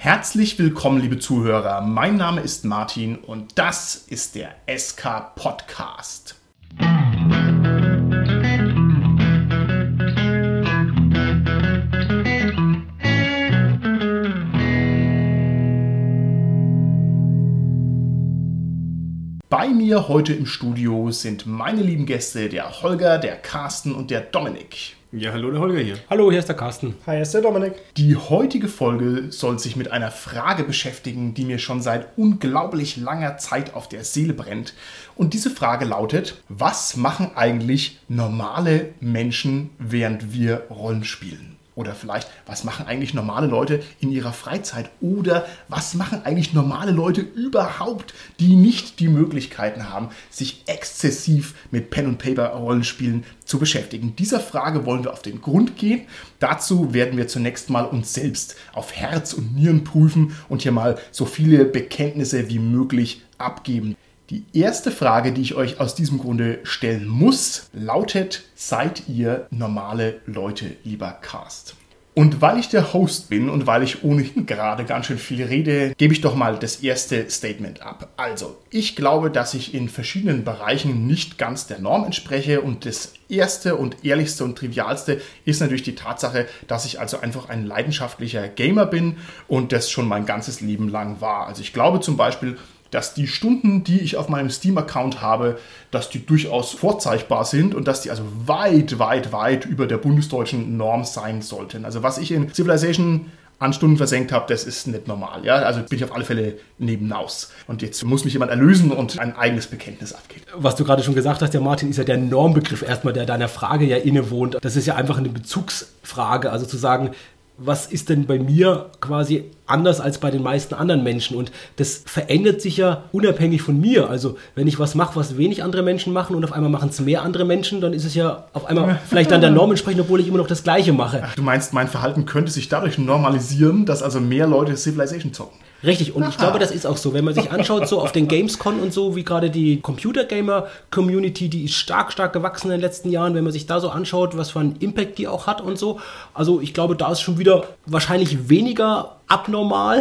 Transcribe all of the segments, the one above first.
Herzlich willkommen, liebe Zuhörer. Mein Name ist Martin und das ist der SK Podcast. Bei mir heute im Studio sind meine lieben Gäste, der Holger, der Carsten und der Dominik. Ja, hallo, der Holger hier. Hallo, hier ist der Carsten. Hi, hier ist der Dominik. Die heutige Folge soll sich mit einer Frage beschäftigen, die mir schon seit unglaublich langer Zeit auf der Seele brennt. Und diese Frage lautet: Was machen eigentlich normale Menschen, während wir Rollen spielen? Oder vielleicht, was machen eigentlich normale Leute in ihrer Freizeit? Oder was machen eigentlich normale Leute überhaupt, die nicht die Möglichkeiten haben, sich exzessiv mit Pen-and-Paper-Rollenspielen zu beschäftigen? Dieser Frage wollen wir auf den Grund gehen. Dazu werden wir zunächst mal uns selbst auf Herz und Nieren prüfen und hier mal so viele Bekenntnisse wie möglich abgeben. Die erste Frage, die ich euch aus diesem Grunde stellen muss, lautet: Seid ihr normale Leute, lieber Cast? Und weil ich der Host bin und weil ich ohnehin gerade ganz schön viel rede, gebe ich doch mal das erste Statement ab. Also, ich glaube, dass ich in verschiedenen Bereichen nicht ganz der Norm entspreche, und das erste und ehrlichste und trivialste ist natürlich die Tatsache, dass ich also einfach ein leidenschaftlicher Gamer bin und das schon mein ganzes Leben lang war. Also ich glaube zum Beispiel, dass die Stunden, die ich auf meinem Steam-Account habe, dass die durchaus vorzeigbar sind und dass die also weit, weit, weit über der bundesdeutschen Norm sein sollten. Also was ich in Civilization an Stunden versenkt habe, das ist nicht normal. Ja? Also bin ich auf alle Fälle nebenaus. Und jetzt muss mich jemand erlösen und ein eigenes Bekenntnis abgeben. Was du gerade schon gesagt hast, der Martin, ist ja der Normbegriff erstmal, der deiner Frage ja innewohnt. Das ist ja einfach eine Bezugsfrage, also zu sagen, was ist denn bei mir quasi anders als bei den meisten anderen Menschen? Und das verändert sich ja unabhängig von mir. Also wenn ich was mache, was wenig andere Menschen machen und auf einmal machen es mehr andere Menschen, dann ist es ja auf einmal vielleicht dann der Norm entsprechend, obwohl ich immer noch das Gleiche mache. Ach, du meinst, mein Verhalten könnte sich dadurch normalisieren, dass also mehr Leute Civilization zocken? Richtig, und ich glaube, das ist auch so. Wenn man sich anschaut, so auf den Gamescom und so, wie gerade die Computergamer-Community, die ist stark, stark gewachsen in den letzten Jahren. Wenn man sich da so anschaut, was für einen Impact die auch hat und so. Also ich glaube, da ist schon wieder wahrscheinlich weniger abnormal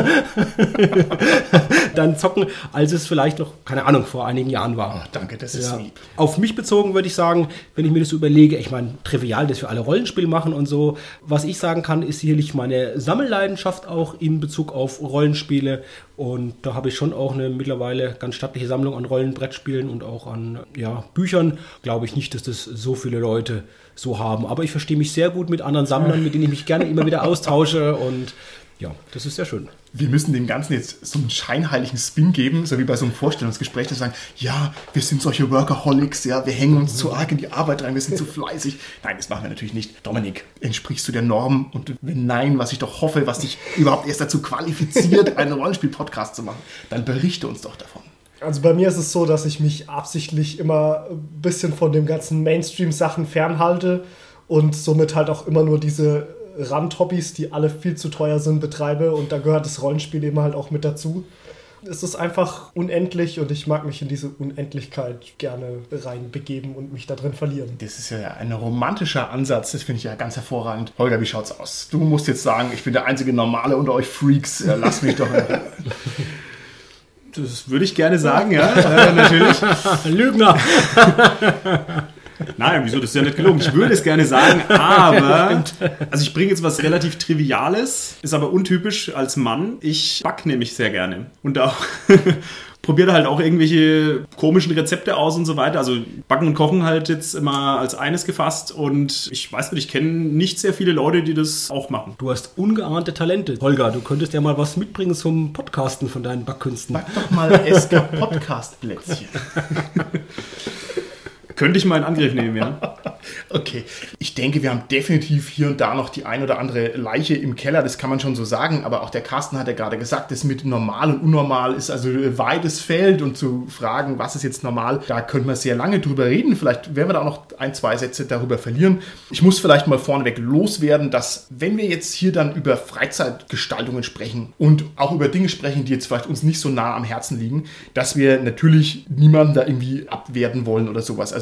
dann zocken, als es vielleicht noch, keine Ahnung, vor einigen Jahren war. Oh, danke, das ist lieb. Auf mich bezogen würde ich sagen, wenn ich mir das so überlege, ich meine, trivial, dass wir alle Rollenspiele machen und so, was ich sagen kann, ist sicherlich meine Sammelleidenschaft auch in Bezug auf Rollenspiele, und da habe ich schon auch eine mittlerweile ganz stattliche Sammlung an Rollenbrettspielen und auch an Büchern. Glaube ich nicht, dass das so viele Leute so haben, aber ich verstehe mich sehr gut mit anderen Sammlern, mit denen ich mich gerne immer wieder austausche, und ja, das ist sehr schön. Wir müssen dem Ganzen jetzt so einen scheinheiligen Spin geben, so wie bei so einem Vorstellungsgespräch, zu sagen, ja, wir sind solche Workaholics, ja, wir hängen uns zu arg in die Arbeit rein, wir sind zu fleißig. Nein, das machen wir natürlich nicht. Dominik, entsprichst du der Norm? Und wenn nein, was ich doch hoffe, was dich überhaupt erst dazu qualifiziert, einen Rollenspiel-Podcast zu machen, dann berichte uns doch davon. Also bei mir ist es so, dass ich mich absichtlich immer ein bisschen von den ganzen Mainstream-Sachen fernhalte und somit halt auch immer nur diese Randhobbys, die alle viel zu teuer sind, betreibe, und da gehört das Rollenspiel eben halt auch mit dazu. Es ist einfach unendlich und ich mag mich in diese Unendlichkeit gerne reinbegeben und mich da drin verlieren. Das ist ja ein romantischer Ansatz, das finde ich ja ganz hervorragend. Holger, wie schaut's aus? Du musst jetzt sagen, ich bin der einzige Normale unter euch Freaks, lass mich doch. Das würde ich gerne sagen, ja, natürlich. Lügner! Nein, wieso? Das ist ja nicht gelogen. Ich würde es gerne sagen, aber also ich bringe jetzt was relativ Triviales, ist aber untypisch als Mann. Ich backe nämlich sehr gerne und auch probiere halt auch irgendwelche komischen Rezepte aus und so weiter. Also Backen und Kochen halt jetzt immer als eines gefasst, und ich weiß nicht, ich kenne nicht sehr viele Leute, die das auch machen. Du hast ungeahnte Talente. Holger, du könntest ja mal was mitbringen zum Podcasten von deinen Backkünsten. Back doch mal SK Podcast-Plätzchen. Könnte ich mal in Angriff nehmen, ja. Okay, ich denke, wir haben definitiv hier und da noch die ein oder andere Leiche im Keller, das kann man schon so sagen, aber auch der Carsten hat ja gerade gesagt, das mit normal und unnormal ist also ein weites Feld, und zu fragen, was ist jetzt normal, da könnte man sehr lange drüber reden, vielleicht werden wir da auch noch ein, zwei Sätze darüber verlieren. Ich muss vielleicht mal vorneweg loswerden, dass wenn wir jetzt hier dann über Freizeitgestaltungen sprechen und auch über Dinge sprechen, die jetzt vielleicht uns nicht so nah am Herzen liegen, dass wir natürlich niemanden da irgendwie abwerten wollen oder sowas. Also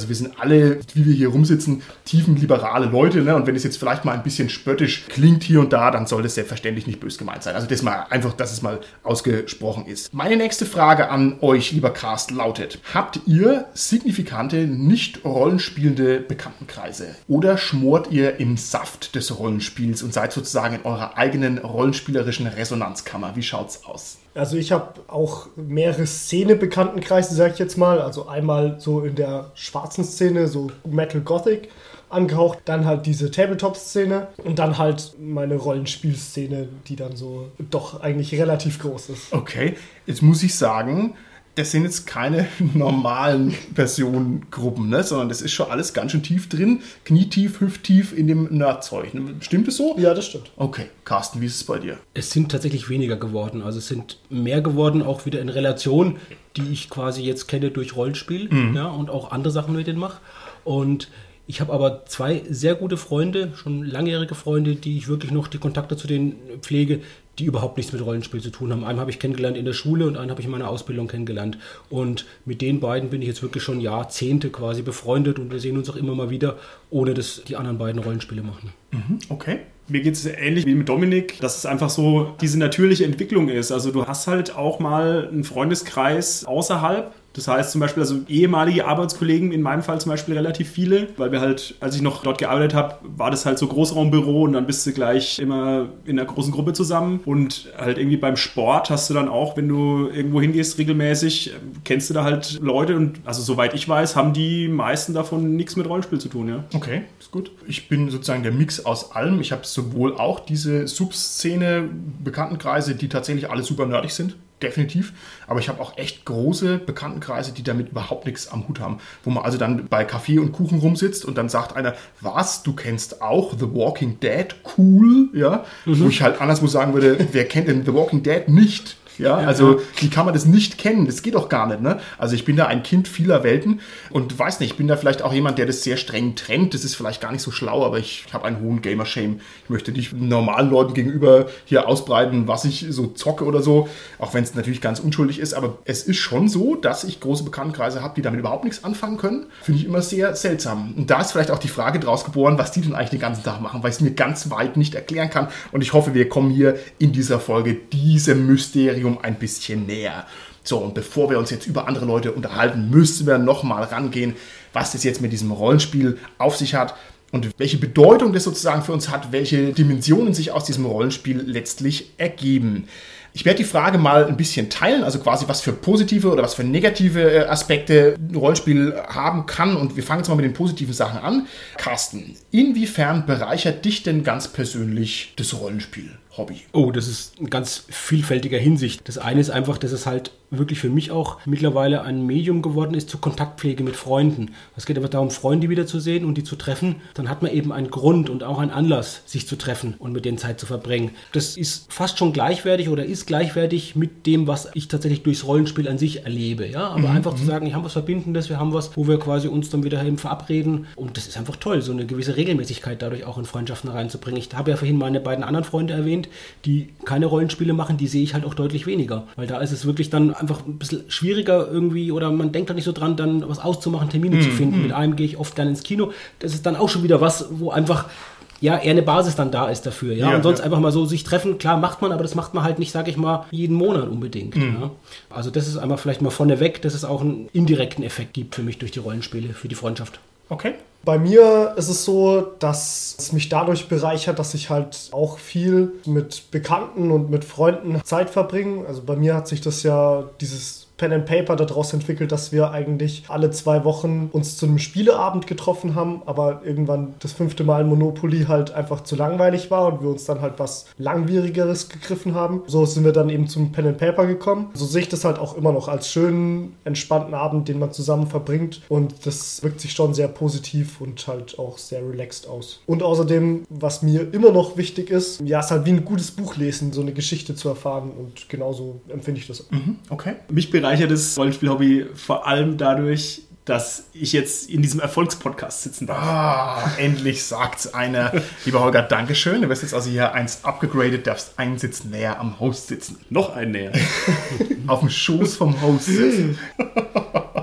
Also wir sind alle, wie wir hier rumsitzen, tiefenliberale Leute. Ne? Und wenn es jetzt vielleicht mal ein bisschen spöttisch klingt hier und da, dann soll das selbstverständlich nicht böse gemeint sein. Also das mal einfach, dass es mal ausgesprochen ist. Meine nächste Frage an euch, lieber Cast, lautet: Habt ihr signifikante, nicht rollenspielende Bekanntenkreise? Oder schmort ihr im Saft des Rollenspiels und seid sozusagen in eurer eigenen rollenspielerischen Resonanzkammer? Wie schaut's aus? Also ich habe auch mehrere Szene-Bekanntenkreise, sag ich jetzt mal. Also einmal so in der schwarzen Szene, so Metal Gothic angehaucht, dann halt diese Tabletop-Szene und dann halt meine Rollenspielszene, die dann so doch eigentlich relativ groß ist. Okay, jetzt muss ich sagen, das sind jetzt keine normalen Personengruppen, ne? Sondern das ist schon alles ganz schön tief drin, knietief, hüfttief in dem Nerdzeug. Stimmt es so? Ja, das stimmt. Okay, Carsten, wie ist es bei dir? Es sind tatsächlich weniger geworden. Also es sind mehr geworden, auch wieder in Relation, die ich quasi jetzt kenne durch Rollenspiel, ja, und auch andere Sachen mit denen mache. Und ich habe aber 2 sehr gute Freunde, schon langjährige Freunde, die ich wirklich noch die Kontakte zu denen pflege, die überhaupt nichts mit Rollenspiel zu tun haben. Einen habe ich kennengelernt in der Schule und einen habe ich in meiner Ausbildung kennengelernt. Und mit den beiden bin ich jetzt wirklich schon Jahrzehnte quasi befreundet und wir sehen uns auch immer mal wieder, ohne dass die anderen beiden Rollenspiele machen. Okay. Mir geht es ähnlich wie mit Dominik, dass es einfach so diese natürliche Entwicklung ist. Also du hast halt auch mal einen Freundeskreis außerhalb. Das heißt zum Beispiel, also ehemalige Arbeitskollegen, in meinem Fall zum Beispiel relativ viele, weil wir halt, als ich noch dort gearbeitet habe, war das halt so Großraumbüro und dann bist du gleich immer in einer großen Gruppe zusammen und halt irgendwie beim Sport hast du dann auch, wenn du irgendwo hingehst regelmäßig, kennst du da halt Leute und also soweit ich weiß, haben die meisten davon nichts mit Rollenspiel zu tun, ja. Okay, ist gut. Ich bin sozusagen der Mix aus allem. Ich habe sowohl auch diese Subszene, Bekanntenkreise, die tatsächlich alle super nerdig sind. Definitiv, aber ich habe auch echt große Bekanntenkreise, die damit überhaupt nichts am Hut haben. Wo man also dann bei Kaffee und Kuchen rumsitzt und dann sagt einer, was, du kennst auch The Walking Dead? Cool, ja? Wo ich halt anderswo sagen würde, wer kennt denn The Walking Dead nicht? Ja, also wie kann man das nicht kennen? Das geht doch gar nicht, ne? Also ich bin da ein Kind vieler Welten und weiß nicht, ich bin da vielleicht auch jemand, der das sehr streng trennt. Das ist vielleicht gar nicht so schlau, aber ich habe einen hohen Gamer-Shame. Ich möchte nicht normalen Leuten gegenüber hier ausbreiten, was ich so zocke oder so, auch wenn es natürlich ganz unschuldig ist. Aber es ist schon so, dass ich große Bekanntenkreise habe, die damit überhaupt nichts anfangen können. Finde ich immer sehr seltsam. Und da ist vielleicht auch die Frage draus geboren, was die denn eigentlich den ganzen Tag machen, weil ich es mir ganz weit nicht erklären kann. Und ich hoffe, wir kommen hier in dieser Folge diesem Mysterium ein bisschen näher. So, und bevor wir uns jetzt über andere Leute unterhalten, müssen wir nochmal rangehen, was das jetzt mit diesem Rollenspiel auf sich hat und welche Bedeutung das sozusagen für uns hat, welche Dimensionen sich aus diesem Rollenspiel letztlich ergeben. Ich werde die Frage mal ein bisschen teilen, also quasi was für positive oder was für negative Aspekte ein Rollenspiel haben kann. Und wir fangen jetzt mal mit den positiven Sachen an. Carsten, inwiefern bereichert dich denn ganz persönlich das Rollenspiel-Hobby? Oh, das ist in ganz vielfältiger Hinsicht. Das eine ist einfach, dass es halt wirklich für mich auch mittlerweile ein Medium geworden ist zur Kontaktpflege mit Freunden. Es geht einfach darum, Freunde wiederzusehen und die zu treffen. Dann hat man eben einen Grund und auch einen Anlass, sich zu treffen und mit denen Zeit zu verbringen. Das ist fast schon gleichwertig oder ist gleichwertig mit dem, was ich tatsächlich durchs Rollenspiel an sich erlebe. Ja? Aber einfach zu sagen, ich habe was Verbindendes, wir haben was, wo wir quasi uns dann wieder eben verabreden. Und das ist einfach toll, so eine gewisse Regelmäßigkeit dadurch auch in Freundschaften reinzubringen. Ich habe ja vorhin meine beiden anderen Freunde erwähnt, die keine Rollenspiele machen, die sehe ich halt auch deutlich weniger. Weil da ist es wirklich dann einfach ein bisschen schwieriger irgendwie oder man denkt da nicht so dran, dann was auszumachen, Termine zu finden. Mit einem gehe ich oft gerne ins Kino. Das ist dann auch schon wieder was, wo einfach ja eher eine Basis dann da ist dafür. Ja? Und sonst einfach mal so sich treffen, klar macht man, aber das macht man halt nicht, sage ich mal, jeden Monat unbedingt. Ja? Also das ist einmal vielleicht mal vorneweg, dass es auch einen indirekten Effekt gibt für mich durch die Rollenspiele, für die Freundschaft. Okay. Bei mir ist es so, dass es mich dadurch bereichert, dass ich halt auch viel mit Bekannten und mit Freunden Zeit verbringe. Also bei mir hat sich das ja dieses Pen and Paper daraus entwickelt, dass wir eigentlich alle 2 Wochen uns zu einem Spieleabend getroffen haben, aber irgendwann das 5. Mal Monopoly halt einfach zu langweilig war und wir uns dann halt was Langwierigeres gegriffen haben. So sind wir dann eben zum Pen and Paper gekommen. So sehe ich das halt auch immer noch als schönen, entspannten Abend, den man zusammen verbringt und das wirkt sich schon sehr positiv und halt auch sehr relaxed aus. Und außerdem, was mir immer noch wichtig ist, ja, ist halt wie ein gutes Buch lesen, so eine Geschichte zu erfahren und genauso empfinde ich das. Okay. Mich bereichert das Rollenspiel-Hobby vor allem dadurch, dass ich jetzt in diesem Erfolgspodcast sitzen darf. Ah, endlich sagt's einer. Lieber Holger, Dankeschön. Du wirst jetzt also hier eins abgegradet, darfst einen Sitz näher am Host sitzen. Noch ein näher. Auf dem Schoß vom Host sitzen.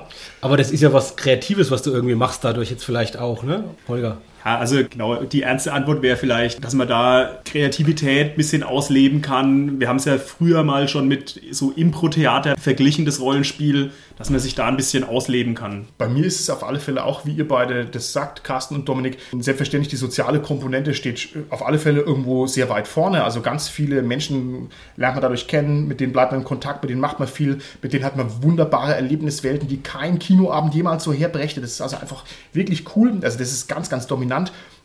Aber das ist ja was Kreatives, was du irgendwie machst dadurch jetzt vielleicht auch, ne, Holger? Ja, also genau, die ernste Antwort wäre vielleicht, dass man da Kreativität ein bisschen ausleben kann. Wir haben es ja früher mal schon mit so Impro-Theater verglichen, das Rollenspiel, dass man sich da ein bisschen ausleben kann. Bei mir ist es auf alle Fälle auch, wie ihr beide das sagt, Carsten und Dominik, selbstverständlich die soziale Komponente steht auf alle Fälle irgendwo sehr weit vorne. Also ganz viele Menschen lernt man dadurch kennen, mit denen bleibt man in Kontakt, mit denen macht man viel, mit denen hat man wunderbare Erlebniswelten, die kein Kinoabend jemals so herbrächte. Das ist also einfach wirklich cool. Also das ist ganz, ganz dominant.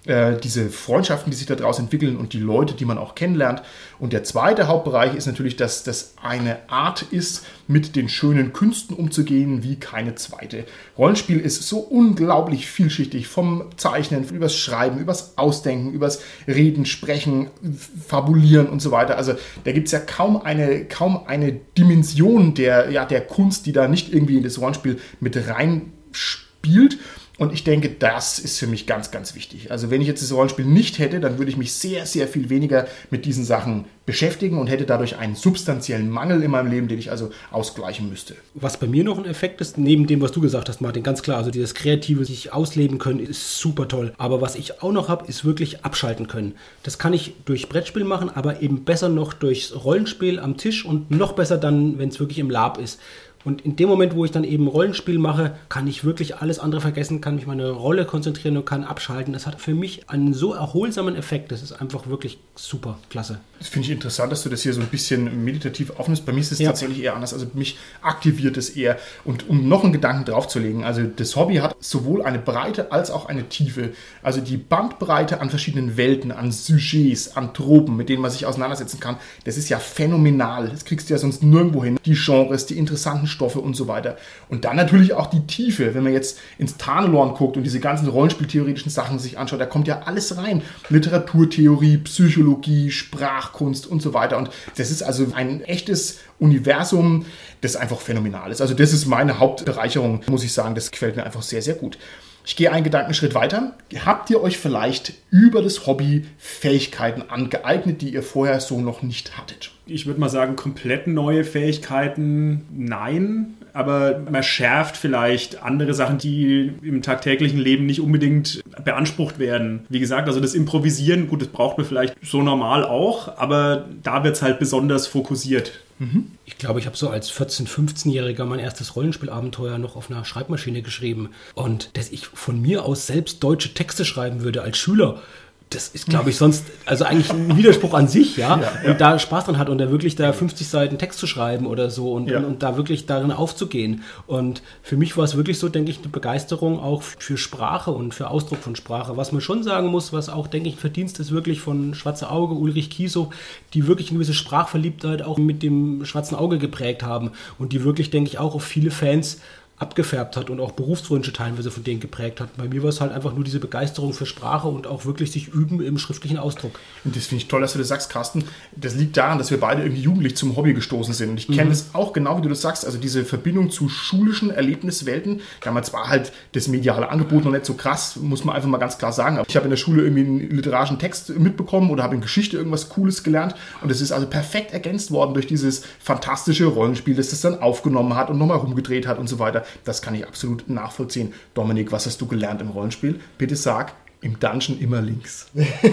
Diese Freundschaften, die sich daraus entwickeln und die Leute, die man auch kennenlernt. Und der zweite Hauptbereich ist natürlich, dass das eine Art ist, mit den schönen Künsten umzugehen, wie keine zweite. Rollenspiel ist so unglaublich vielschichtig, vom Zeichnen, übers Schreiben, übers Ausdenken, übers Reden, Sprechen, Fabulieren und so weiter. Also da gibt es ja kaum eine Dimension der Kunst, die da nicht irgendwie in das Rollenspiel mit reinspielt. Und ich denke, das ist für mich ganz, ganz wichtig. Also wenn ich jetzt das Rollenspiel nicht hätte, dann würde ich mich sehr, sehr viel weniger mit diesen Sachen beschäftigen und hätte dadurch einen substanziellen Mangel in meinem Leben, den ich also ausgleichen müsste. Was bei mir noch ein Effekt ist, neben dem, was du gesagt hast, Martin, ganz klar, also dieses kreative sich ausleben können, ist super toll. Aber was ich auch noch habe, ist wirklich abschalten können. Das kann ich durch Brettspiel machen, aber eben besser noch durchs Rollenspiel am Tisch und noch besser dann, wenn es wirklich im Lab ist. Und in dem Moment, wo ich dann eben Rollenspiel mache, kann ich wirklich alles andere vergessen, kann mich meine Rolle konzentrieren und kann abschalten. Das hat für mich einen so erholsamen Effekt. Das ist einfach wirklich super, klasse. Das finde ich interessant, dass du das hier so ein bisschen meditativ aufnimmst. Bei mir ist es tatsächlich eher anders. Also mich aktiviert es eher. Und um noch einen Gedanken draufzulegen, also das Hobby hat sowohl eine Breite als auch eine Tiefe. Also die Bandbreite an verschiedenen Welten, an Sujets, an Tropen, mit denen man sich auseinandersetzen kann, das ist ja phänomenal. Das kriegst du ja sonst nirgendwo hin. Die Genres, die interessanten Stoffe und so weiter. Und dann natürlich auch die Tiefe. Wenn man jetzt ins Tarnelorn guckt und diese ganzen rollenspieltheoretischen Sachen sich anschaut, da kommt ja alles rein. Literaturtheorie, Psychologie, Sprachkunst und so weiter. Und das ist also ein echtes Universum, das einfach phänomenal ist. Also das ist meine Hauptbereicherung, muss ich sagen. Das gefällt mir einfach sehr, sehr gut. Ich gehe einen Gedankenschritt weiter. Habt ihr euch vielleicht über das Hobby Fähigkeiten angeeignet, die ihr vorher so noch nicht hattet? Ich würde mal sagen, komplett neue Fähigkeiten, nein. Aber man schärft vielleicht andere Sachen, die im tagtäglichen Leben nicht unbedingt beansprucht werden. Wie gesagt, also das Improvisieren, gut, das braucht man vielleicht so normal auch, aber da wird es halt besonders fokussiert. Ich glaube, ich habe so als 14-, 15-Jähriger mein erstes Rollenspielabenteuer noch auf einer Schreibmaschine geschrieben. Und dass ich von mir aus selbst deutsche Texte schreiben würde als Schüler, das ist, glaube ich, sonst, also eigentlich ein Widerspruch an sich, ja. Und da Spaß dran hat und da wirklich da 50 Seiten Text zu schreiben oder so und da wirklich darin aufzugehen. Und für mich war es wirklich so, denke ich, eine Begeisterung auch für Sprache und für Ausdruck von Sprache. Was man schon sagen muss, was auch, denke ich, ein Verdienst ist wirklich von Schwarze Auge, Ulrich Kiesow, die wirklich eine gewisse Sprachverliebtheit auch mit dem Schwarzen Auge geprägt haben und die wirklich, denke ich, auch auf viele Fans abgefärbt hat und auch Berufswünsche teilweise von denen geprägt hat. Bei mir war es halt einfach nur diese Begeisterung für Sprache und auch wirklich sich üben im schriftlichen Ausdruck. Und das finde ich toll, dass du das sagst, Carsten. Das liegt daran, dass wir beide irgendwie jugendlich zum Hobby gestoßen sind. Und ich kenne das auch genau, wie du das sagst. Also diese Verbindung zu schulischen Erlebniswelten. Damals war halt das mediale Angebot noch nicht so krass, muss man einfach mal ganz klar sagen. Aber ich habe in der Schule irgendwie einen literarischen Text mitbekommen oder habe in Geschichte irgendwas Cooles gelernt. Und das ist also perfekt ergänzt worden durch dieses fantastische Rollenspiel, das das dann aufgenommen hat und nochmal rumgedreht hat und so weiter. Das kann ich absolut nachvollziehen. Dominik, was hast du gelernt im Rollenspiel? Bitte sag, im Dungeon immer links.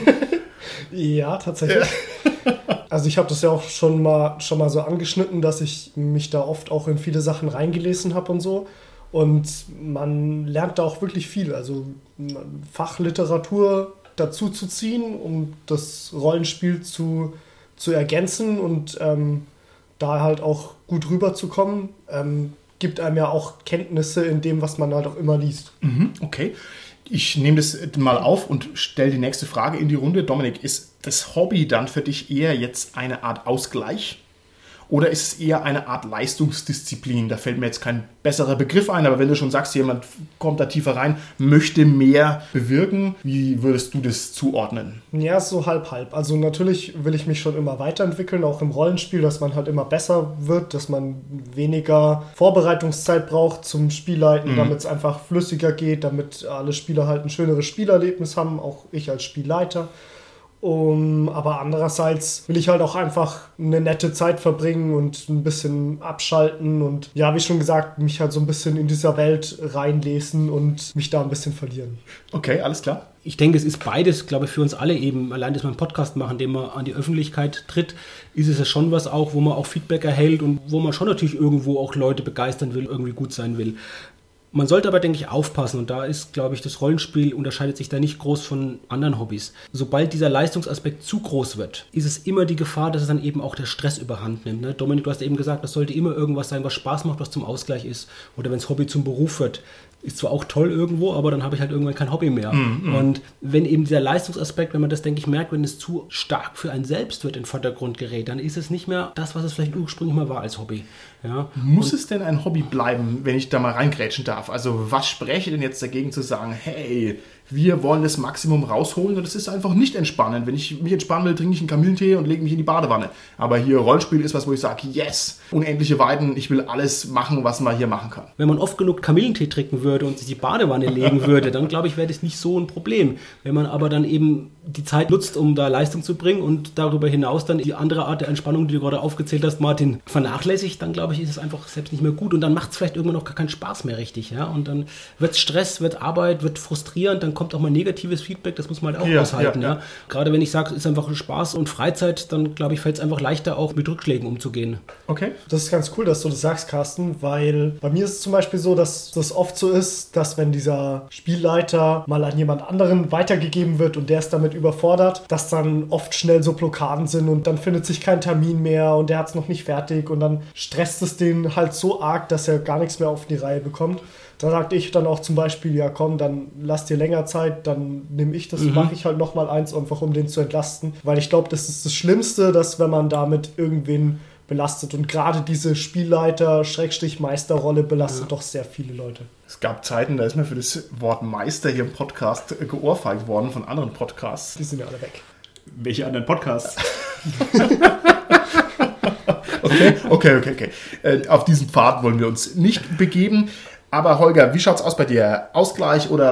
Ja, tatsächlich. Also ich habe das ja auch schon mal so angeschnitten, dass ich mich da oft auch in viele Sachen reingelesen habe und so. Und man lernt da auch wirklich viel. Also Fachliteratur dazu zu ziehen, um das Rollenspiel zu ergänzen und da halt auch gut rüberzukommen. Gibt einem ja auch Kenntnisse in dem, was man halt auch immer liest. Okay, ich nehme das mal auf und stelle die nächste Frage in die Runde. Dominik, ist das Hobby dann für dich eher jetzt eine Art Ausgleich? Oder ist es eher eine Art Leistungsdisziplin? Da fällt mir jetzt kein besserer Begriff ein, aber wenn du schon sagst, jemand kommt da tiefer rein, möchte mehr bewirken, wie würdest du das zuordnen? Ja, so halb. Also natürlich will ich mich schon immer weiterentwickeln, auch im Rollenspiel, dass man halt immer besser wird, dass man weniger Vorbereitungszeit braucht zum Spielleiten, damit es einfach flüssiger geht, damit alle Spieler halt ein schöneres Spielerlebnis haben, auch ich als Spielleiter. Aber andererseits will ich halt auch einfach eine nette Zeit verbringen und ein bisschen abschalten und ja, wie schon gesagt, mich halt so ein bisschen in dieser Welt reinlesen und mich da ein bisschen verlieren. Okay, alles klar. Ich denke, es ist beides, glaube ich, für uns alle eben. Allein, dass wir einen Podcast machen, den man an die Öffentlichkeit tritt, ist es ja schon was auch, wo man auch Feedback erhält und wo man schon natürlich irgendwo auch Leute begeistern will, irgendwie gut sein will. Man sollte aber, denke ich, aufpassen und da ist, glaube ich, das Rollenspiel unterscheidet sich da nicht groß von anderen Hobbys. Sobald dieser Leistungsaspekt zu groß wird, ist es immer die Gefahr, dass es dann eben auch der Stress überhand nimmt. Ne? Dominik, du hast eben gesagt, das sollte immer irgendwas sein, was Spaß macht, was zum Ausgleich ist. Oder wenn das Hobby zum Beruf wird. Ist zwar auch toll irgendwo, aber dann habe ich halt irgendwann kein Hobby mehr. Und wenn eben dieser Leistungsaspekt, wenn man das, denke ich, merkt, wenn es zu stark für einen selbst wird in den Vordergrund gerät, dann ist es nicht mehr das, was es vielleicht ursprünglich mal war als Hobby. Ja? Muss es denn ein Hobby bleiben, wenn ich da mal reingrätschen darf? Also was spreche denn jetzt dagegen zu sagen, hey, wir wollen das Maximum rausholen und es ist einfach nicht entspannend. Wenn ich mich entspannen will, trinke ich einen Kamillentee und lege mich in die Badewanne. Aber hier Rollenspiel ist was, wo ich sage, yes, unendliche Weiten, ich will alles machen, was man hier machen kann. Wenn man oft genug Kamillentee trinken würde und sich die Badewanne legen würde, dann glaube ich, wäre das nicht so ein Problem. Wenn man aber dann eben die Zeit nutzt, um da Leistung zu bringen und darüber hinaus dann die andere Art der Entspannung, die du gerade aufgezählt hast, Martin, vernachlässigt, dann glaube ich, ist es einfach selbst nicht mehr gut und dann macht es vielleicht irgendwann auch gar keinen Spaß mehr richtig. Ja? Und dann wird Stress, wird Arbeit, wird frustrierend, dann kommt auch mal negatives Feedback, das muss man halt auch aushalten. Ja. Gerade wenn ich sage, es ist einfach Spaß und Freizeit, dann glaube ich, fällt es einfach leichter, auch mit Rückschlägen umzugehen. Okay. Das ist ganz cool, dass du das sagst, Carsten, weil bei mir ist es zum Beispiel so, dass das oft so ist, dass wenn dieser Spielleiter mal an jemand anderen weitergegeben wird und der ist damit überfordert, dass dann oft schnell so Blockaden sind und dann findet sich kein Termin mehr und der hat es noch nicht fertig und dann stresst es den halt so arg, dass er gar nichts mehr auf die Reihe bekommt. Da sagte ich dann auch zum Beispiel, ja komm, dann lass dir länger Zeit, dann nehme ich das, mache ich halt nochmal eins, einfach um den zu entlasten. Weil ich glaube, das ist das Schlimmste, dass wenn man damit irgendwen belastet. Und gerade diese Spielleiter-Meisterrolle belastet doch sehr viele Leute. Es gab Zeiten, da ist mir für das Wort Meister hier im Podcast geohrfeigt worden von anderen Podcasts. Die sind ja alle weg. Welche anderen Podcasts? Okay. Auf diesen Pfad wollen wir uns nicht begeben. Aber Holger, wie schaut's aus bei dir? Ausgleich oder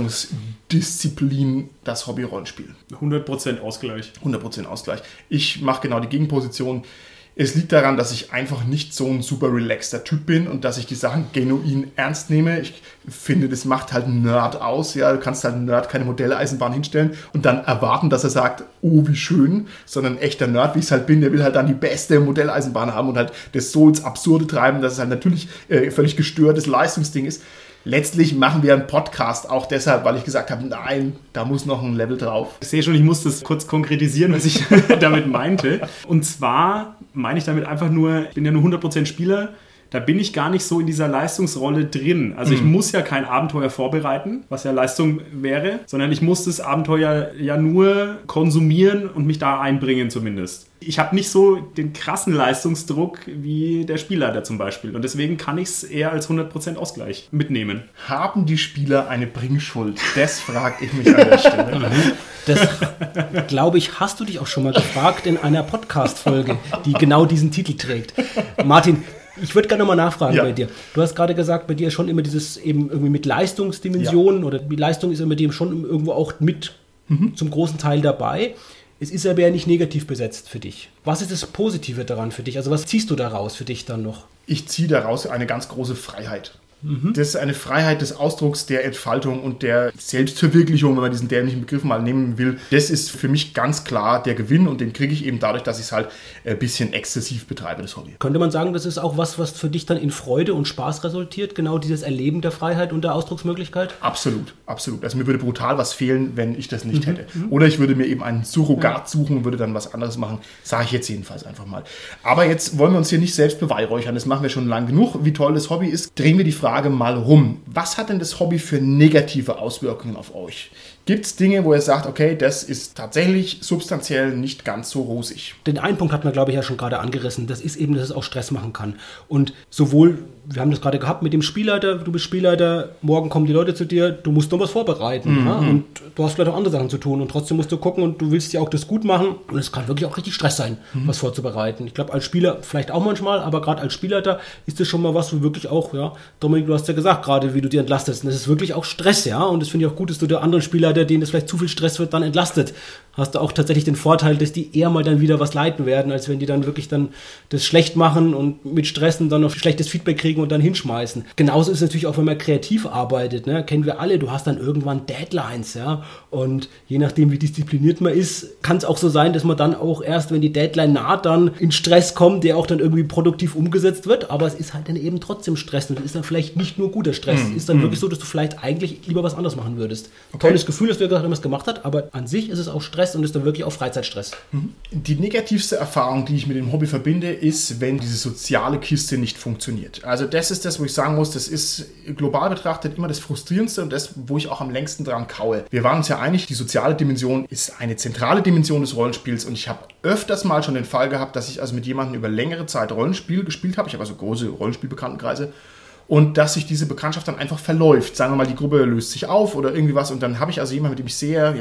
Leistungsdisziplin, das Hobby-Rollenspiel? 100% Ausgleich. 100% Ausgleich. Ich mache genau die Gegenposition. Es liegt daran, dass ich einfach nicht so ein super relaxter Typ bin und dass ich die Sachen genuin ernst nehme. Ich finde, das macht halt einen Nerd aus. Ja, du kannst halt einen Nerd keine Modelleisenbahn hinstellen und dann erwarten, dass er sagt, oh, wie schön, sondern ein echter Nerd, wie ich es halt bin, der will halt dann die beste Modelleisenbahn haben und halt das so ins Absurde treiben, dass es halt natürlich völlig gestörtes Leistungsding ist. Letztlich machen wir einen Podcast auch deshalb, weil ich gesagt habe, nein, da muss noch ein Level drauf. Ich sehe schon, ich muss das kurz konkretisieren, was ich damit meinte. Und zwar meine ich damit einfach nur, ich bin ja nur 100% Spieler, da bin ich gar nicht so in dieser Leistungsrolle drin. Also ich muss ja kein Abenteuer vorbereiten, was ja Leistung wäre, sondern ich muss das Abenteuer ja nur konsumieren und mich da einbringen zumindest. Ich habe nicht so den krassen Leistungsdruck wie der Spielleiter zum Beispiel. Und deswegen kann ich es eher als 100% Ausgleich mitnehmen. Haben die Spieler eine Bringschuld? Das frage ich mich an der Stelle. Das, glaube ich, hast du dich auch schon mal gefragt in einer Podcast-Folge, die genau diesen Titel trägt. Martin, ich würde gerne nochmal nachfragen bei dir. Du hast gerade gesagt, bei dir ist schon immer dieses eben irgendwie mit Leistungsdimensionen oder die Leistung ist immer dem schon irgendwo auch mit zum großen Teil dabei. Es ist aber ja nicht negativ besetzt für dich. Was ist das Positive daran für dich? Also was ziehst du daraus für dich dann noch? Ich ziehe daraus eine ganz große Freiheit. Das ist eine Freiheit des Ausdrucks, der Entfaltung und der Selbstverwirklichung, wenn man diesen dämlichen Begriff mal nehmen will. Das ist für mich ganz klar der Gewinn und den kriege ich eben dadurch, dass ich es halt ein bisschen exzessiv betreibe, das Hobby. Könnte man sagen, das ist auch was für dich dann in Freude und Spaß resultiert, genau dieses Erleben der Freiheit und der Ausdrucksmöglichkeit? Absolut, absolut. Also mir würde brutal was fehlen, wenn ich das nicht hätte. Oder ich würde mir eben einen Surrogat suchen und würde dann was anderes machen. Sage ich jetzt jedenfalls einfach mal. Aber jetzt wollen wir uns hier nicht selbst beweihräuchern. Das machen wir schon lang genug. Wie toll das Hobby ist, drehen wir die Frage mal rum. Was hat denn das Hobby für negative Auswirkungen auf euch? Gibt es Dinge, wo ihr sagt, okay, das ist tatsächlich substanziell nicht ganz so rosig? Den einen Punkt hat man, glaube ich, ja schon gerade angerissen. Das ist eben, dass es auch Stress machen kann. Und sowohl, wir haben das gerade gehabt mit dem Spielleiter, du bist Spielleiter, morgen kommen die Leute zu dir, du musst noch was vorbereiten. Ja? Und du hast vielleicht auch andere Sachen zu tun und trotzdem musst du gucken und du willst ja auch das gut machen. Und es kann wirklich auch richtig Stress sein, was vorzubereiten. Ich glaube, als Spieler vielleicht auch manchmal, aber gerade als Spielleiter ist das schon mal was, wo wirklich auch, ja, Dominik, du hast ja gesagt, gerade wie du dir entlastest. Und das ist wirklich auch Stress, ja. Und das finde ich auch gut, dass du der anderen Spielleiter Teamleiter, denen das vielleicht zu viel Stress wird, dann entlastet. Hast du auch tatsächlich den Vorteil, dass die eher mal dann wieder was leiten werden, als wenn die dann wirklich dann das schlecht machen und mit Stressen dann noch schlechtes Feedback kriegen und dann hinschmeißen. Genauso ist es natürlich auch, wenn man kreativ arbeitet, ne? Kennen wir alle, du hast dann irgendwann Deadlines, ja, und je nachdem, wie diszipliniert man ist, kann es auch so sein, dass man dann auch erst, wenn die Deadline naht, dann in Stress kommt, der auch dann irgendwie produktiv umgesetzt wird, aber es ist halt dann eben trotzdem Stress und es ist dann vielleicht nicht nur guter Stress, es ist dann wirklich so, dass du vielleicht eigentlich lieber was anderes machen würdest. Okay. Tolles Gefühl, dass du gesagt hast, was gemacht hast, aber an sich ist es auch Stress und ist dann wirklich auch Freizeitstress. Die negativste Erfahrung, die ich mit dem Hobby verbinde, ist, wenn diese soziale Kiste nicht funktioniert. Also das ist das, wo ich sagen muss, das ist global betrachtet immer das Frustrierendste und das, wo ich auch am längsten dran kaue. Wir waren uns ja einig, die soziale Dimension ist eine zentrale Dimension des Rollenspiels und ich habe öfters mal schon den Fall gehabt, dass ich also mit jemandem über längere Zeit Rollenspiel gespielt habe. Ich habe also große Rollenspielbekanntenkreise. Und dass sich diese Bekanntschaft dann einfach verläuft. Sagen wir mal, die Gruppe löst sich auf oder irgendwie was. Und dann habe ich also jemanden, mit dem ich sehr